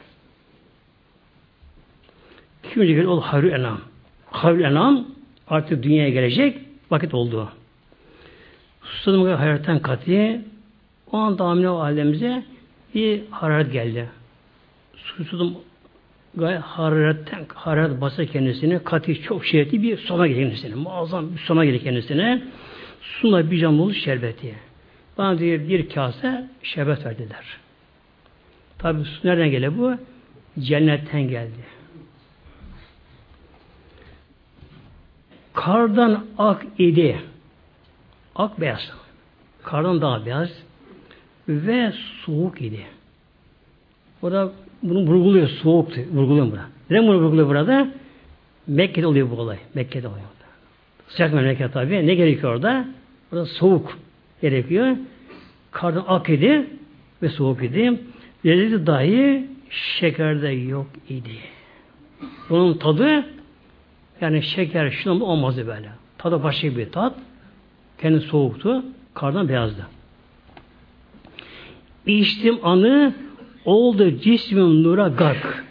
İkinci gün ol Hayrül Enam. Hayrül Enam artık dünyaya gelecek vakit oldu. Susadım hayretten katı. O anda amine ailemize bir hararet geldi. Susadım gayet hararetten hararet basa kendisine katı çok şiddetli bir sona geldi kendisine. Muazzam bir sona geldi kendisine. Suna bir cam dolu şerbeti. Bana diyor bir kase şerbet verdiler. Tabi su nereden geldi bu? Cennetten geldi. Kardan ak idi. Ak beyaz. Kardan daha beyaz. Ve soğuk idi. O da bunu vurguluyor. Soğuktu. Vurguluyor burada. Neden bunu vurguluyor burada? Mekke'de oluyor bu olay. Mekke'de oluyor. Sıcak memleket tabi. Ne gerekiyor orada? Orada soğuk gerekiyor. Kardan ak idi ve soğuk idi. Lezzeti dahi şekerde yok idi. Bunun tadı yani şeker şunun olmazdı böyle. Tadı başka bir tat. Kendi soğuktu. Kardan beyazdı. İçtim anı oldu cismim nura gark.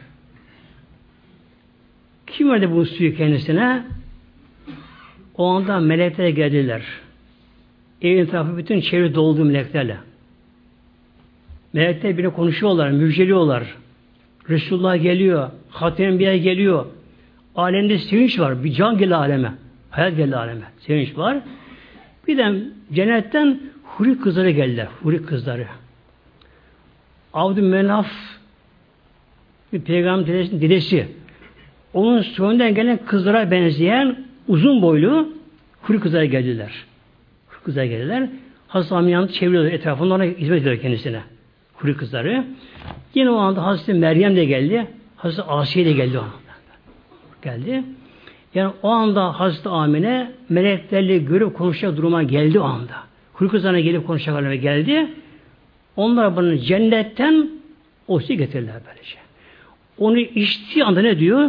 Kim verdi bu suyu kendisine? O anda melekler geldiler. Evin tarafı bütün çevre doldu meleklerle. Melekler bile konuşuyorlar, müjdeliyorlar. Resulullah geliyor, Hatem Enbiya geliyor. Alemde sevinç var. Bir can geldi aleme. Hayat geldi aleme. Sevinç var. Bir de cennetten huri kızları geldiler. Huri kızları. Abdümenaf bir peygamber dedesi, dedesi. Onun soyundan gelen kızlara benzeyen uzun boylu huri kızlara geldiler. Huri kızlara geldiler. Hazreti Amina'nın çeviriyorlar etrafında, ona hizmet ediyor kendisine. Huri kızları. Yine o anda Hazreti Meryem de geldi. Hazreti Asiye de geldi o anda. Geldi. Yani o anda Hazreti Amine meleklerle görüp konuşacak duruma geldi o anda. Huri kızlarına gelip konuşacak halime geldi. Onlar bana cennetten o suyu getirirler böylece. Onu içtiği anda ne diyor?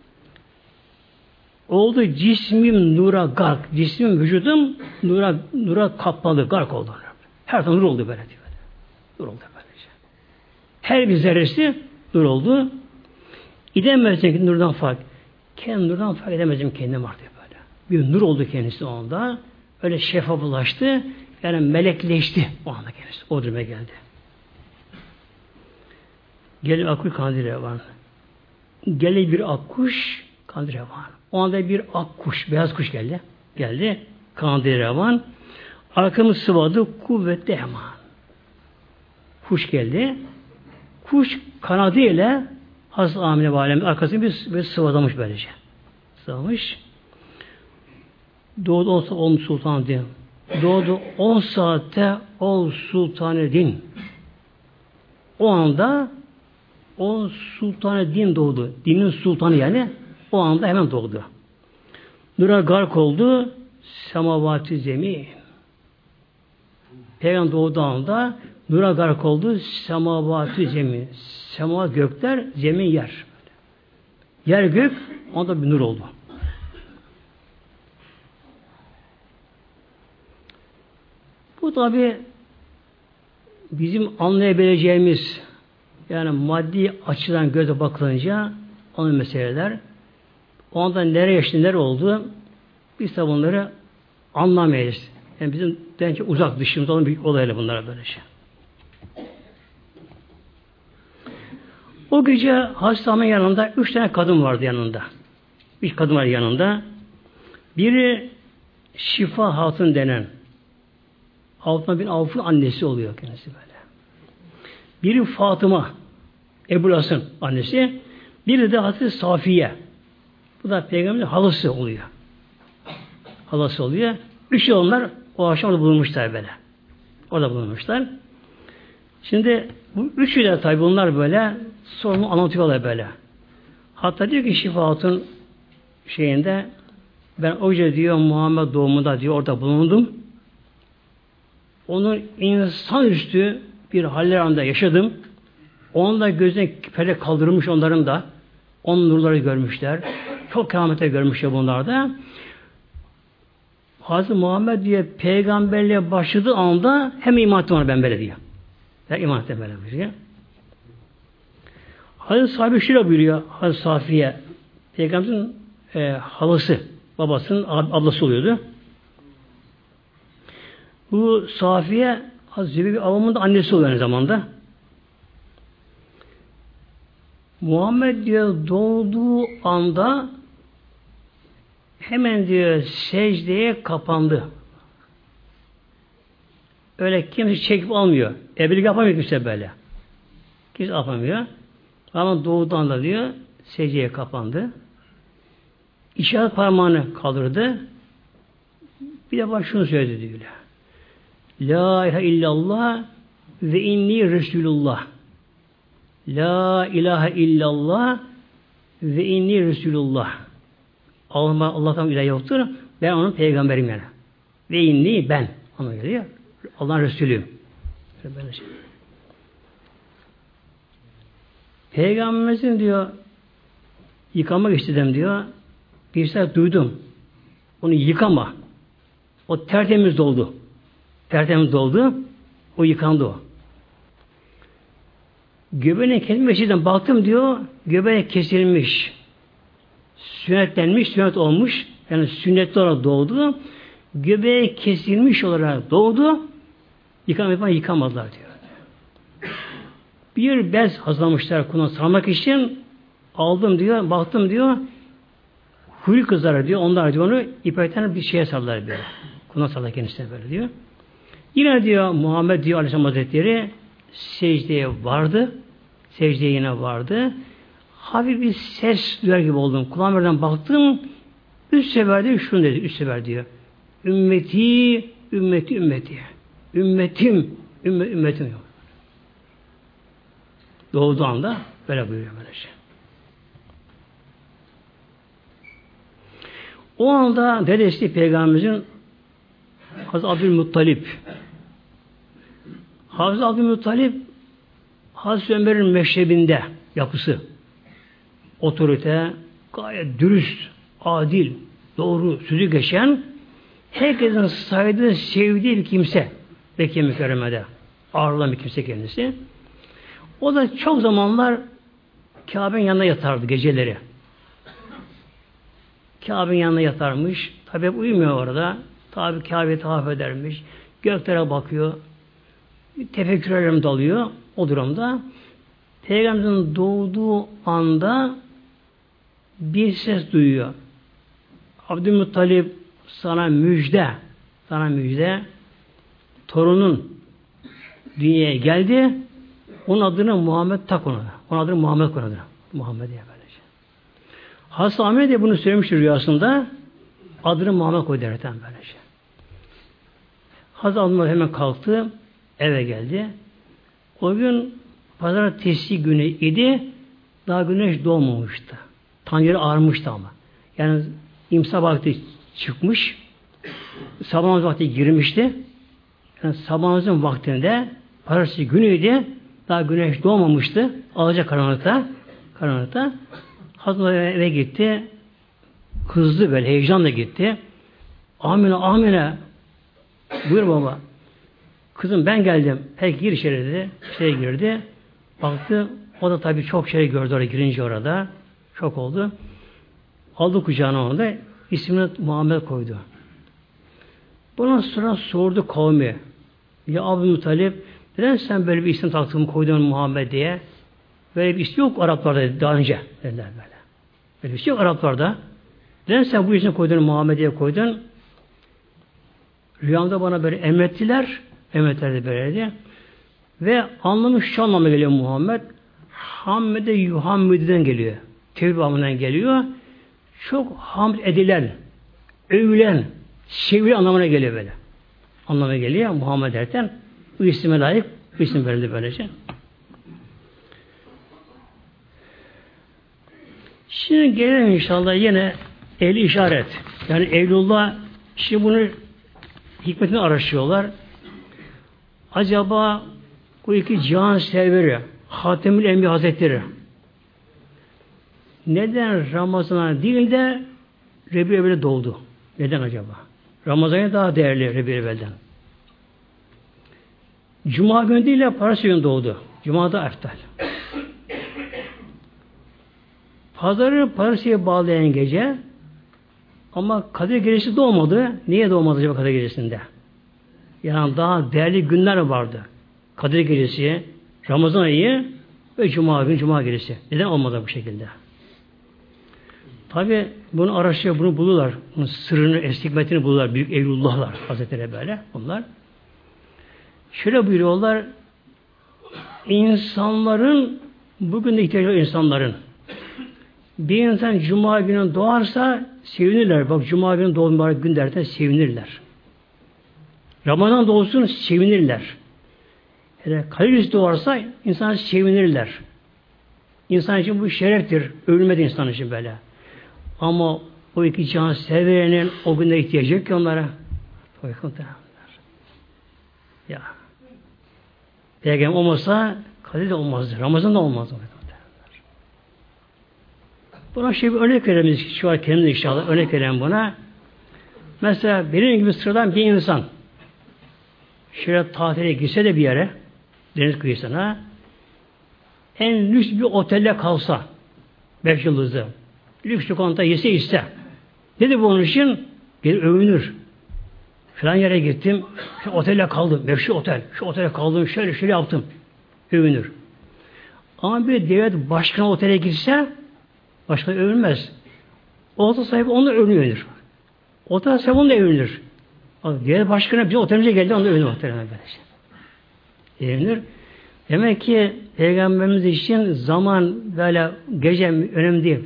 Oldu cismim nura gark. Cismim, vücudum nura, nura kapladı. Gark oldu. Her zaman nur oldu böyle diyor. Nur oldu böylece. Her bir zerresi nur oldu. İdemezsin ki nurdan fark. Kendi nurdan fark edemezdim kendim artık böyle. Bir nur oldu kendisi o anda. Öyle şeffaflaştı. Yani melekleşti o anda kendisi. O duruma geldi. Gelin akkuş kandile var. Gelin bir akkuş kandile var. O anda bir akkuş, beyaz kuş geldi. Geldi. Kandile var. Arkamı sıvadı. Kuvvetli hemen. Kuş geldi. Kuş kanadıyla Hazreti Amine Validem'in arkasını bir, bir sıvadamış böylece. Sıvamış. Doğdu olsa ol sultan din. Doğdu on saatte ol sultanı din. O anda o sultanı din doğdu. Dinin sultanı yani. O anda hemen doğdu. Nura gark oldu. Semavati zemin. Peygamber doğduğu anda nura gark oldu. Semavati zemin. Sema gökler, zemin yer. Yer gök, onda bir nur oldu. Bu tabi bizim anlayabileceğimiz yani maddi açıdan göze bakılınca onun meseleler. O anda nereye yaşlı, nereye oldu biz de bunları anlamayız. Yani bizim bence uzak dışımızda olan büyük olaylar bunlara böyle şey. O gece Hazreti Ahmet'in yanında üç tane kadın vardı yanında. Üç kadın var yanında. Biri Şifa Hatun denen Abdullah bin Avf'ın annesi oluyor kendisi böyle. Biri Fatıma Ebu Las'ın annesi. Biri de Hazreti Safiye. Bu da Peygamber'in halası oluyor. Halası oluyor. Üçü onlar o akşam da bulunmuşlar böyle. Orada bulunmuşlar. Şimdi bu üçü de tabi bunlar böyle sorunu anlatıyorlar böyle. Hatta diyor ki Şifa Hatun şeyinde ben hoca diyor Muhammed doğumunda diyor orada bulundum. Onun insanüstü bir haller anda yaşadım. Onun da gözüne perde kaldırılmış onların da. Onun nurları görmüşler. Çok kıyamete görmüşler bunlar da. Hazreti Muhammed diye peygamberliğe başladığı anda hem iman ettim ona ben böyle diyor. Ya iman ettim böyle buyuruyor. Hazreti sahibi şöyle buyuruyor. Hazreti Safiye peygamberin e, halası, babasının ablası oluyordu. Bu Safiye Hazreti Zübeyir avamın da annesi oluyor aynı zamanda. Muhammed diyor doğduğu anda hemen diyor secdeye kapandı. Öyle kimse çekip almıyor. Ebelik yapamıyor kimse böyle. Kimse yapamıyor. Ama doğduğu anda diyor secdeye kapandı. İşaret parmağını kaldırdı. Bir de bak şunu söyledi diyor. La ilahe illallah ve inni Resulullah. La ilahe illallah ve inni Resulullah. Allah, Allah'tan ilah yoktur. Ben onun peygamberim yani. Ve inni ben. Ona geliyor. Allah'ın Resulüyüm. Şey. Peygamberimizin diyor yıkamak istedim diyor. Bir sefer duydum. Onu yıkama. O tertemiz doldu. Tertemiz doldu. O yıkandı o. Göbeğine kesilmişten baktım diyor. Göbeğe kesilmiş. Sünnetlenmiş, sünnet olmuş. Yani sünnetli olarak doğdu. Göbeğe kesilmiş olarak doğdu. Yıkam yapan yıkamadılar diyor. Bir bez hazırlamışlar kulağına sarmak için. Aldım diyor, baktım diyor. Huy kızları diyor. Onlar diyor onu ipekten bir şeye sardılar böyle. Kulağına sardılar kendisine böyle diyor. Yine diyor Muhammed diyor Aleyhisselam Hazretleri secdeye vardı. Secdeye yine vardı. Hafif bir ses duyar gibi oldum. Kulağımdan baktım. Üç sefer diyor şunu dedi. Üç sefer diyor. Ümmeti, ümmeti, ümmeti. Ümmetim, ümmet, ümmetim. Doğduğu anda böyle buyuruyor böylece. O anda dedesi Peygamberimizin Hazreti Abdülmuttalip Hazreti Abdülmuttalip Hazreti Ömer'in meşrebinde yapısı otorite, gayet dürüst, adil, doğru, sözü geçen herkesin saydığı, sevdiği bir kimse Mekke mükerremede ağırlayan bir kimse kendisi. O da çok zamanlar Kabe'nin yanına yatardı geceleri. Kabe'nin yanına yatarmış. Tabi hep uyumuyor orada. Tabi Kabe'yi tavaf edermiş. Göklere bakıyor. Tefekkürlerim dalıyor. O durumda Peygamberimizin doğduğu anda bir ses duyuyor. Abdülmuttalip sana müjde, sana müjde, torunun dünyaya geldi. Onun adını Muhammed tak ona. Onun adını Muhammed koydu. Muhammed diye böylece. Hazreti Ahmet de bunu söylemiştir rüyasında. Adını Muhammed koydu derken böylece. Hazreti Ahmet hemen kalktı. Eve geldi. O gün pazartesi günü idi. Daha güneş doğmamıştı. Tan yeri ağarmıştı ama. Yani imsa vakti çıkmış. Sabah namazı vakti girmişti. Yani sabah namazın vaktinde pazartesi günüydü. Daha güneş doğmamıştı. Alacak karanlıkta. Karanlıkta. Hazreti eve gitti. Kızdı böyle. Heyecanla gitti. Amine amine. Buyur baba. Kızım ben geldim. Peki gir içeri dedi. İçeri girdi. Baktı. O da tabii çok şey gördü oraya girince orada. Şok oldu. Aldı kucağına onu da. İsmini Muhammed koydu. Bundan sonra sordu kavmi. Ya Abdülmuttalip neden sen böyle bir isim taktığımı koydun Muhammed diye? Böyle bir isim yok Araplarda daha önce. Dediler böyle. Böyle bir isim yok Araplarda. Neden sen bu ismi koydun Muhammed diye koydun? Rüyamda bana böyle emrettiler. Emretler de böyleydi. Ve anlamı şu anlamda geliyor Muhammed. Hammede Yuhammed'den geliyor. Tevhid anlamından geliyor. Çok hamd edilen, övülen, sevilen anlamına geliyor böyle. Anlamına geliyor Muhammed derken bu isme layık bu isim verildi böylece. Şimdi gelelim inşallah yine ehli işaret. Yani Ehlullah şimdi bunu hikmetini araştırıyorlar. Acaba bu iki cihan serveri Hatemül Enbiya Hazretleri neden Ramazan'a değil de Rebi'ye böyle doğdu? Neden acaba? Ramazan'ı daha değerli Rabi'ül evvelden. Cuma günü değil de Pazartesi günü doğdu. Cuma'da eftal. Pazarı Pazartesi'ye bağlayan gece ama Kadir Gecesi doğmadı. Niye doğmadı acaba Kadir Gecesi'nde? Yani daha değerli günler vardı. Kadir Gecesi, Ramazan ayı ve Cuma günü, Cuma Gecesi. Neden olmadı bu şekilde? Tabi bunu araştırıyor, bunu bulurlar. Bunun sırrını, estikmetini bulurlar. Büyük Evlullahlar Hazretleri böyle bunlar. Şöyle buyuruyorlar. İnsanların bugün de ihtiyacı olan insanların bir insan Cuma günü doğarsa sevinirler. Bak Cuma günü doğum gün derken sevinirler. Ramazan doğsun sevinirler. Yani Kadir Gecesi doğarsa insan sevinirler. İnsan için bu şereftir. Övülmedi insan için böyle. Ama o iki can severinin o günde ihtiyacı yok ki onlara. Ya. Peygamber olmasa Kadir de olmazdı. Ramazan da olmazdı. Buna şey bir örnek verelim. Şu an kendimde inşallah örnek verelim buna. Mesela benim gibi sıradan bir insan şöyle tatile gitse de bir yere deniz kıyısına en lüks bir otelde kalsa beş yıldızlı lüks lokantada yese iste. Nedir bu onun için? Bir övünür. Falan yere gittim. Şu otelde kaldım. Meşhur otel. Şu otelde kaldım. Şöyle şöyle yaptım. Övünür. Ama bir devlet başkanı otele gitse başka övünmez. O otel sahibi onunla övünür. Otel sahibi onunla övünür. Devlet başkanı bir otelimize geldi onunla övünür. Övünür. Demek ki Peygamberimiz için zaman böyle gece önemli değil.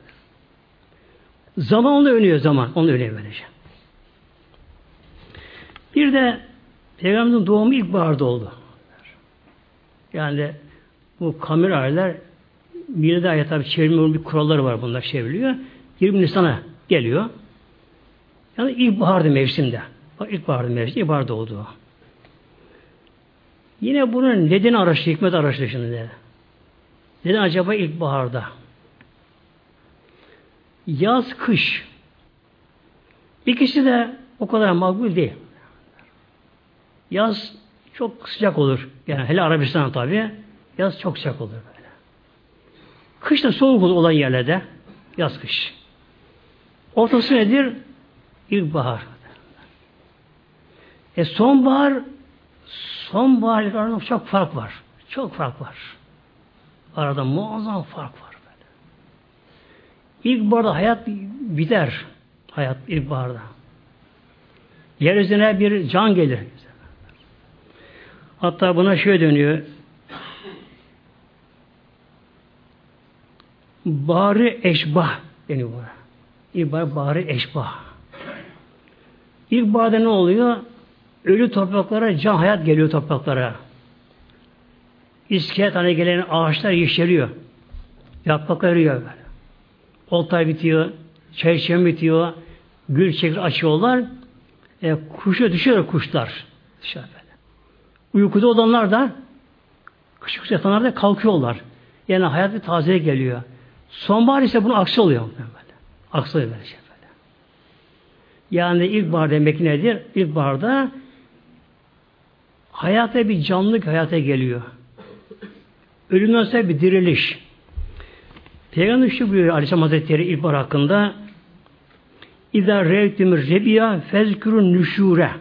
Zaman onunla övünüyor zaman. Onunla övünüyor böylece. Bir de Peygamberimizin doğumu ilkbaharda oldu. Yani bu kamera aylar bir de ayet tabi çevirme bir kuralları var bunlar çevriliyor. yirmi Nisan'a geliyor. Yani ilkbaharda mevsimde. Bak ilkbaharda mevsimde ilkbaharda oldu. Yine bunun nedeni araştırıyor, hikmet araştırıyor şimdi. Neden acaba ilkbaharda? Yaz, kış. İkisi de o kadar makbul değil. Yaz çok sıcak olur. Yani hele Arabistan tabi. Yaz çok sıcak olur böyle. Kış da soğuk olur olan yerlerde. Yaz, kış. Ortası nedir? İlkbahar. E sonbahar sonbahar arasında çok fark var. Çok fark var. Arada muazzam fark var böyle. İlkbaharda hayat biter. Hayat ilkbaharda. Yeryüzüne bir can gelir. Hatta buna şöyle dönüyor. Bahri eşbah deniyor buna. İlkbahar bahri eşbah. İlkbaharda ne oluyor? Ölü topraklara can hayat geliyor topraklara. İskelet haline gelen ağaçlar yeşeriyor. Yapraklar eriyor böyle. Oltay bitiyor, çayçem bitiyor, gül çiçekler açıyorlar. E, kuşa düşüyor kuşlar. Dışarı böyle. Uykuda olanlar da küçük yatanlar da kalkıyorlar. Yani hayat bir tazeye geliyor. Sonbahar ise bunun aksi oluyor. Böyle. Aksi oluyor böyle şey böyle. Yani ilkbahar demek nedir? İlkbaharda hayata bir canlılık hayata geliyor. Ölümden sonra bir diriliş. Peygamber şu buyuruyor Aleyhisselam Hazretleri ilkbahar hakkında İzâ reytümür rebiya fezkürün nüşûre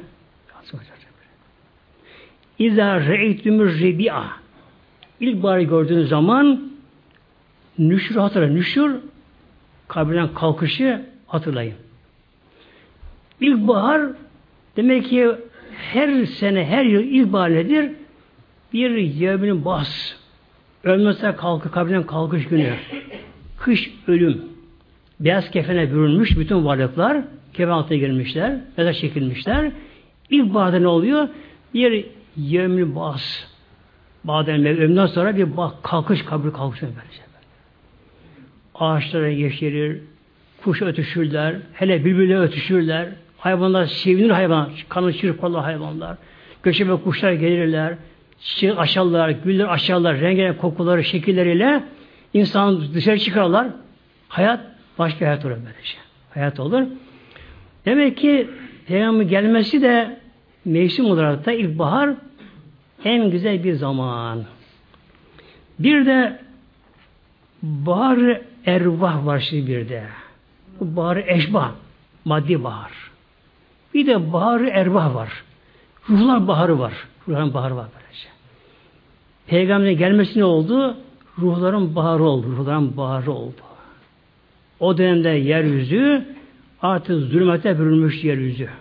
İzâ reytümür rebiya İlkbaharı gördüğünüz zaman nüşür hatırlayın. Nüşür kabirden kalkışı hatırlayın. İlkbahar demek ki her sene, her yıl ilkbahar nedir? Bir yevminin bas. Ölmezse kalkı, kabirden kalkış günü. Kış ölüm. Beyaz kefene bürünmüş bütün varlıklar kefen altına girmişler. Mezar çekilmişler. İlkbaharda ne oluyor? Bir yevminin bas. Bazen ölümden sonra bir kalkış, kabir kalkış böylece. Ağaçlara yeşerir, kuş ötüşürler, hele bülbüller ötüşürler, hayvanlar sevinir hayvan, kanı çırparlar hayvanlar, göçebe kuşlar gelirler, çiçeği açarlar, güller açarlar, rengarenk kokuları, şekilleriyle insan dışarı çıkarlar, hayat başka hayat olur böylece. Hayat olur. Demek ki Peygamber gelmesi de mevsim olarak da ilkbahar en güzel bir zaman. Bir de bahar ervah var şimdi bir de. Bu bahar eşbah, maddi bahar. Bir de bahar ervah var. Ruhlar baharı var. Ruhların baharı var böylece. Peygamberin gelmesi ne oldu? Ruhların baharı oldu. Ruhların baharı oldu. O dönemde yeryüzü artık zulmete bürünmüş yeryüzü.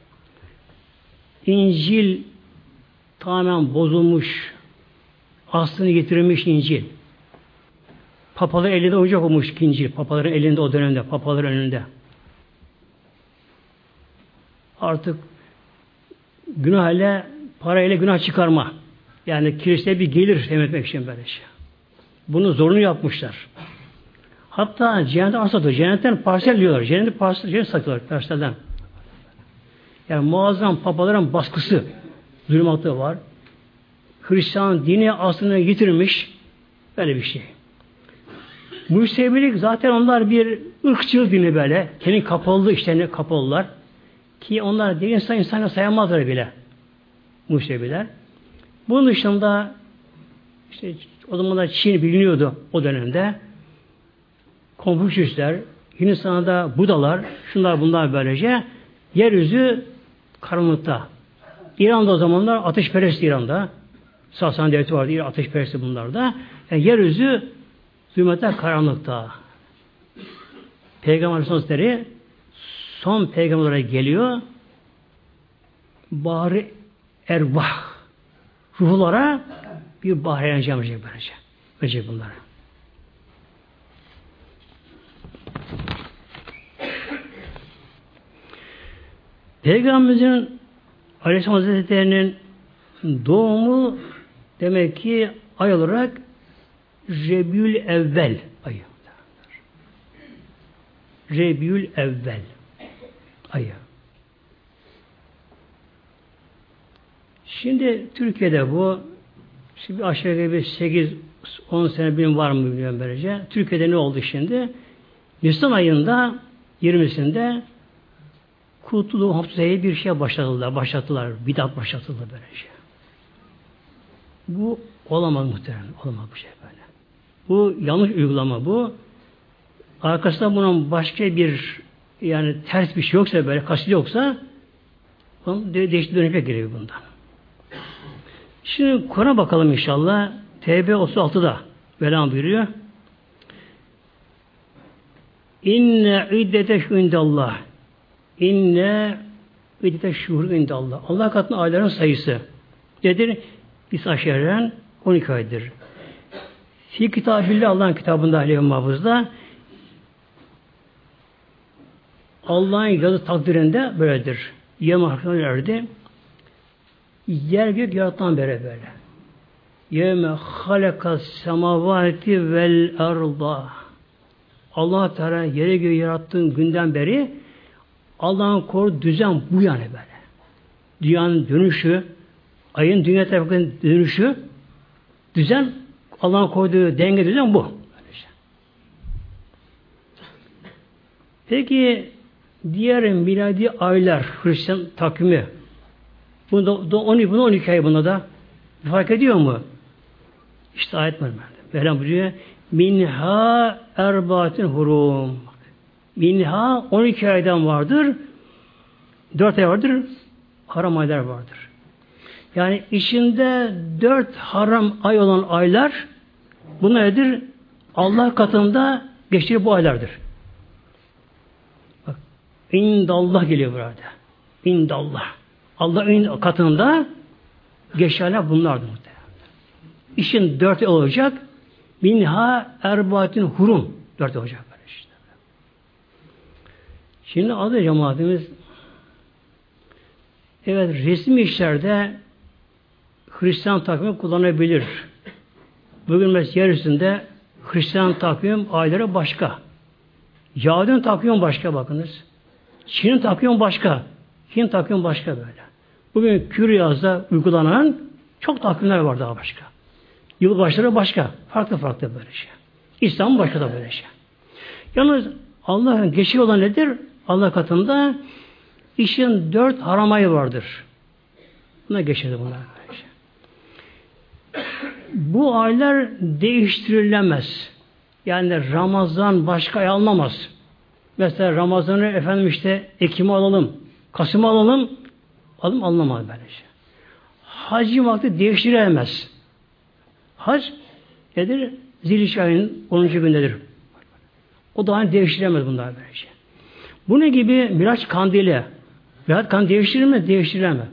İncil tamamen bozulmuş. Aslını getirmiş İncil. Papalar elinde oyuncak olmuş İncil. Papaların elinde o dönemde. Papaların önünde. Artık günah ile parayla günah çıkarma. Yani kiliseye bir gelir temin etmek için böyle şey. Bunu zorunlu yapmışlar. Hatta cennete asatıyor. Cennetten parsel diyorlar. Cennete parsel, cennet satıyorlar parselden. Yani muazzam papaların baskısı, zulümatı var. Hristiyan dini aslını yitirmiş. Böyle bir şey. Musevilik zaten onlar bir ırkçıl dini böyle. Kendi kapalı işlerine kapalılar. Ki onlar değil insan insana sayamazlar bile. Museviler. Bunun dışında işte o zamanlar Çin biliniyordu o dönemde. Konfüçyüsler, Hindistan'da Budalar, şunlar bunlar böylece yeryüzü karanlıkta. İran'da o zamanlar ateşperest İran'da. Sasani devleti vardı, ateşperesti bunlarda. Yani yeryüzü zulmete karanlıkta. Peygamber Aleyhisselatü son peygamber olarak geliyor. Bahri ervah ruhlara bir bahre yanacak böylece. Böylece bunlara. Peygamberimizin Aleyhisselam Hazretleri'nin doğumu demek ki ay olarak Rebül Evvel ayı. Rebül Evvel ayı. Şimdi Türkiye'de bu şimdi aşağı yukarı bir sekiz on sene bilim var mı bilmiyorum böylece. Türkiye'de ne oldu şimdi? Nisan ayında yirmisinde Kurtuluğu Hafıza'ya bir şey başladılar. Başlattılar. Bidat başlattılar böylece. Bu olamaz muhtemelen. Olamaz bu şey böyle. Bu yanlış uygulama bu. Arkasında bunun başka bir yani ters bir şey yoksa böyle kasıtlı yoksa değişik dönüşe giriyor bundan. Şimdi Kur'an'a bakalım inşallah. Tevbe otuz altıda Mevlam buyuruyor. İnne iddeteş indallah. İnne iddeteş şuhur indallah. Allah katında ayların sayısı. Nedir? İsa şerren on iki aydır. Fi kitabillah Allah'ın kitabında aleyhi mahfuzda Allah'ın yazı takdirinde böyledir. Yem harflerdi. Yer gök yaratan beri böyle. Yeme halakas semavati vel arda. Allah Teala yere göğü yarattığın günden beri Allah'ın koruduğu düzen bu yani böyle. Dünyanın dönüşü, ayın dünya tarafının dönüşü, düzen Allah'ın koyduğu denge düzen bu. Peki diğer miladi aylar Hristiyan takvimi bunda on iki, on iki ay bunda da fark ediyor mu? İşte ayet var. Mevlam buyuruyor minha erbaatin hurum. Minha on iki aydan vardır. dört ay vardır. Haram aylar vardır. Yani içinde dört haram ay olan aylar bunlar nedir? Allah katında geçtiği bu aylardır. Bak, indallah geliyor burada. İndallah. Allah'ın katında geçerler bunlardır. İşin dört ay olacak. Minha erbaatin hurum. Dört ay olacak. Böyle işte. Şimdi adı cemaatimiz evet resmi işlerde Hristiyan takvimi kullanabilir. Bugün mesela yeryüzünde Hristiyan takvim ayları başka. Yahudi'nin takvimi başka bakınız. Çin'in takvimi başka. Hint takvimi başka böyle. Bugün Küryaz'da uygulanan çok takvimler var daha başka. Yılbaşları başka. Farklı farklı böyle şey. İslam başka da böyle şey. Yalnız Allah'ın geçiği olan nedir? Allah katında işin dört haramayı vardır. Buna geçirdi bunlar. Bu aylar değiştirilemez. Yani Ramazan başka ay alınamaz. Mesela Ramazan'ı efendim işte Ekim'e alalım, Kasım'a alalım, alım alınamaz böylece. Hacı vakti değiştirilemez. Hac nedir? Zilhicce ayının onuncu gündedir. O da hani değiştiremez bunlar böylece. Bu ne gibi? Miraç kandili. Miraç kandili değiştirir mi? Değiştirilemez.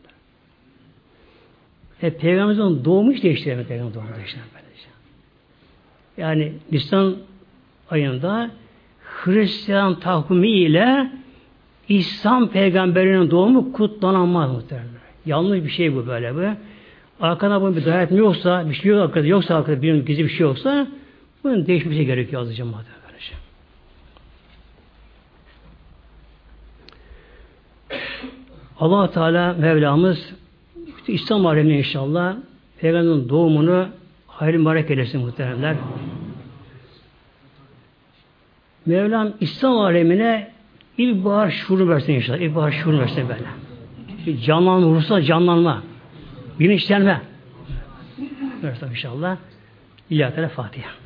E, Peygamberimizin doğumu hiç değiştiremez. Peygamberimizin doğumu değiştiremez. Yani Nisan ayında Hristiyan takvimi ile İslam peygamberinin doğumu kutlanamaz muhtemelen. Yanlış bir şey bu böyle bu. Arkada bunun bir dayatma yoksa, bir şey yok arkada, yoksa arkada bir gizli bir şey yoksa bunun değişmesi gerekiyor azıcık madem böylece. Allah Teala Mevlamız İslam alemine inşallah Peygamberin doğumunu hayırlı mübarek eylesin muhteremler. Mevlam İslam alemine ilkbahar şuuru versin inşallah. İlkbahar şuuru versin böyle. Bir canlanma, ruhsal canlanma. Bilinçlenme. Versin inşallah. İlahi Teala Fatiha.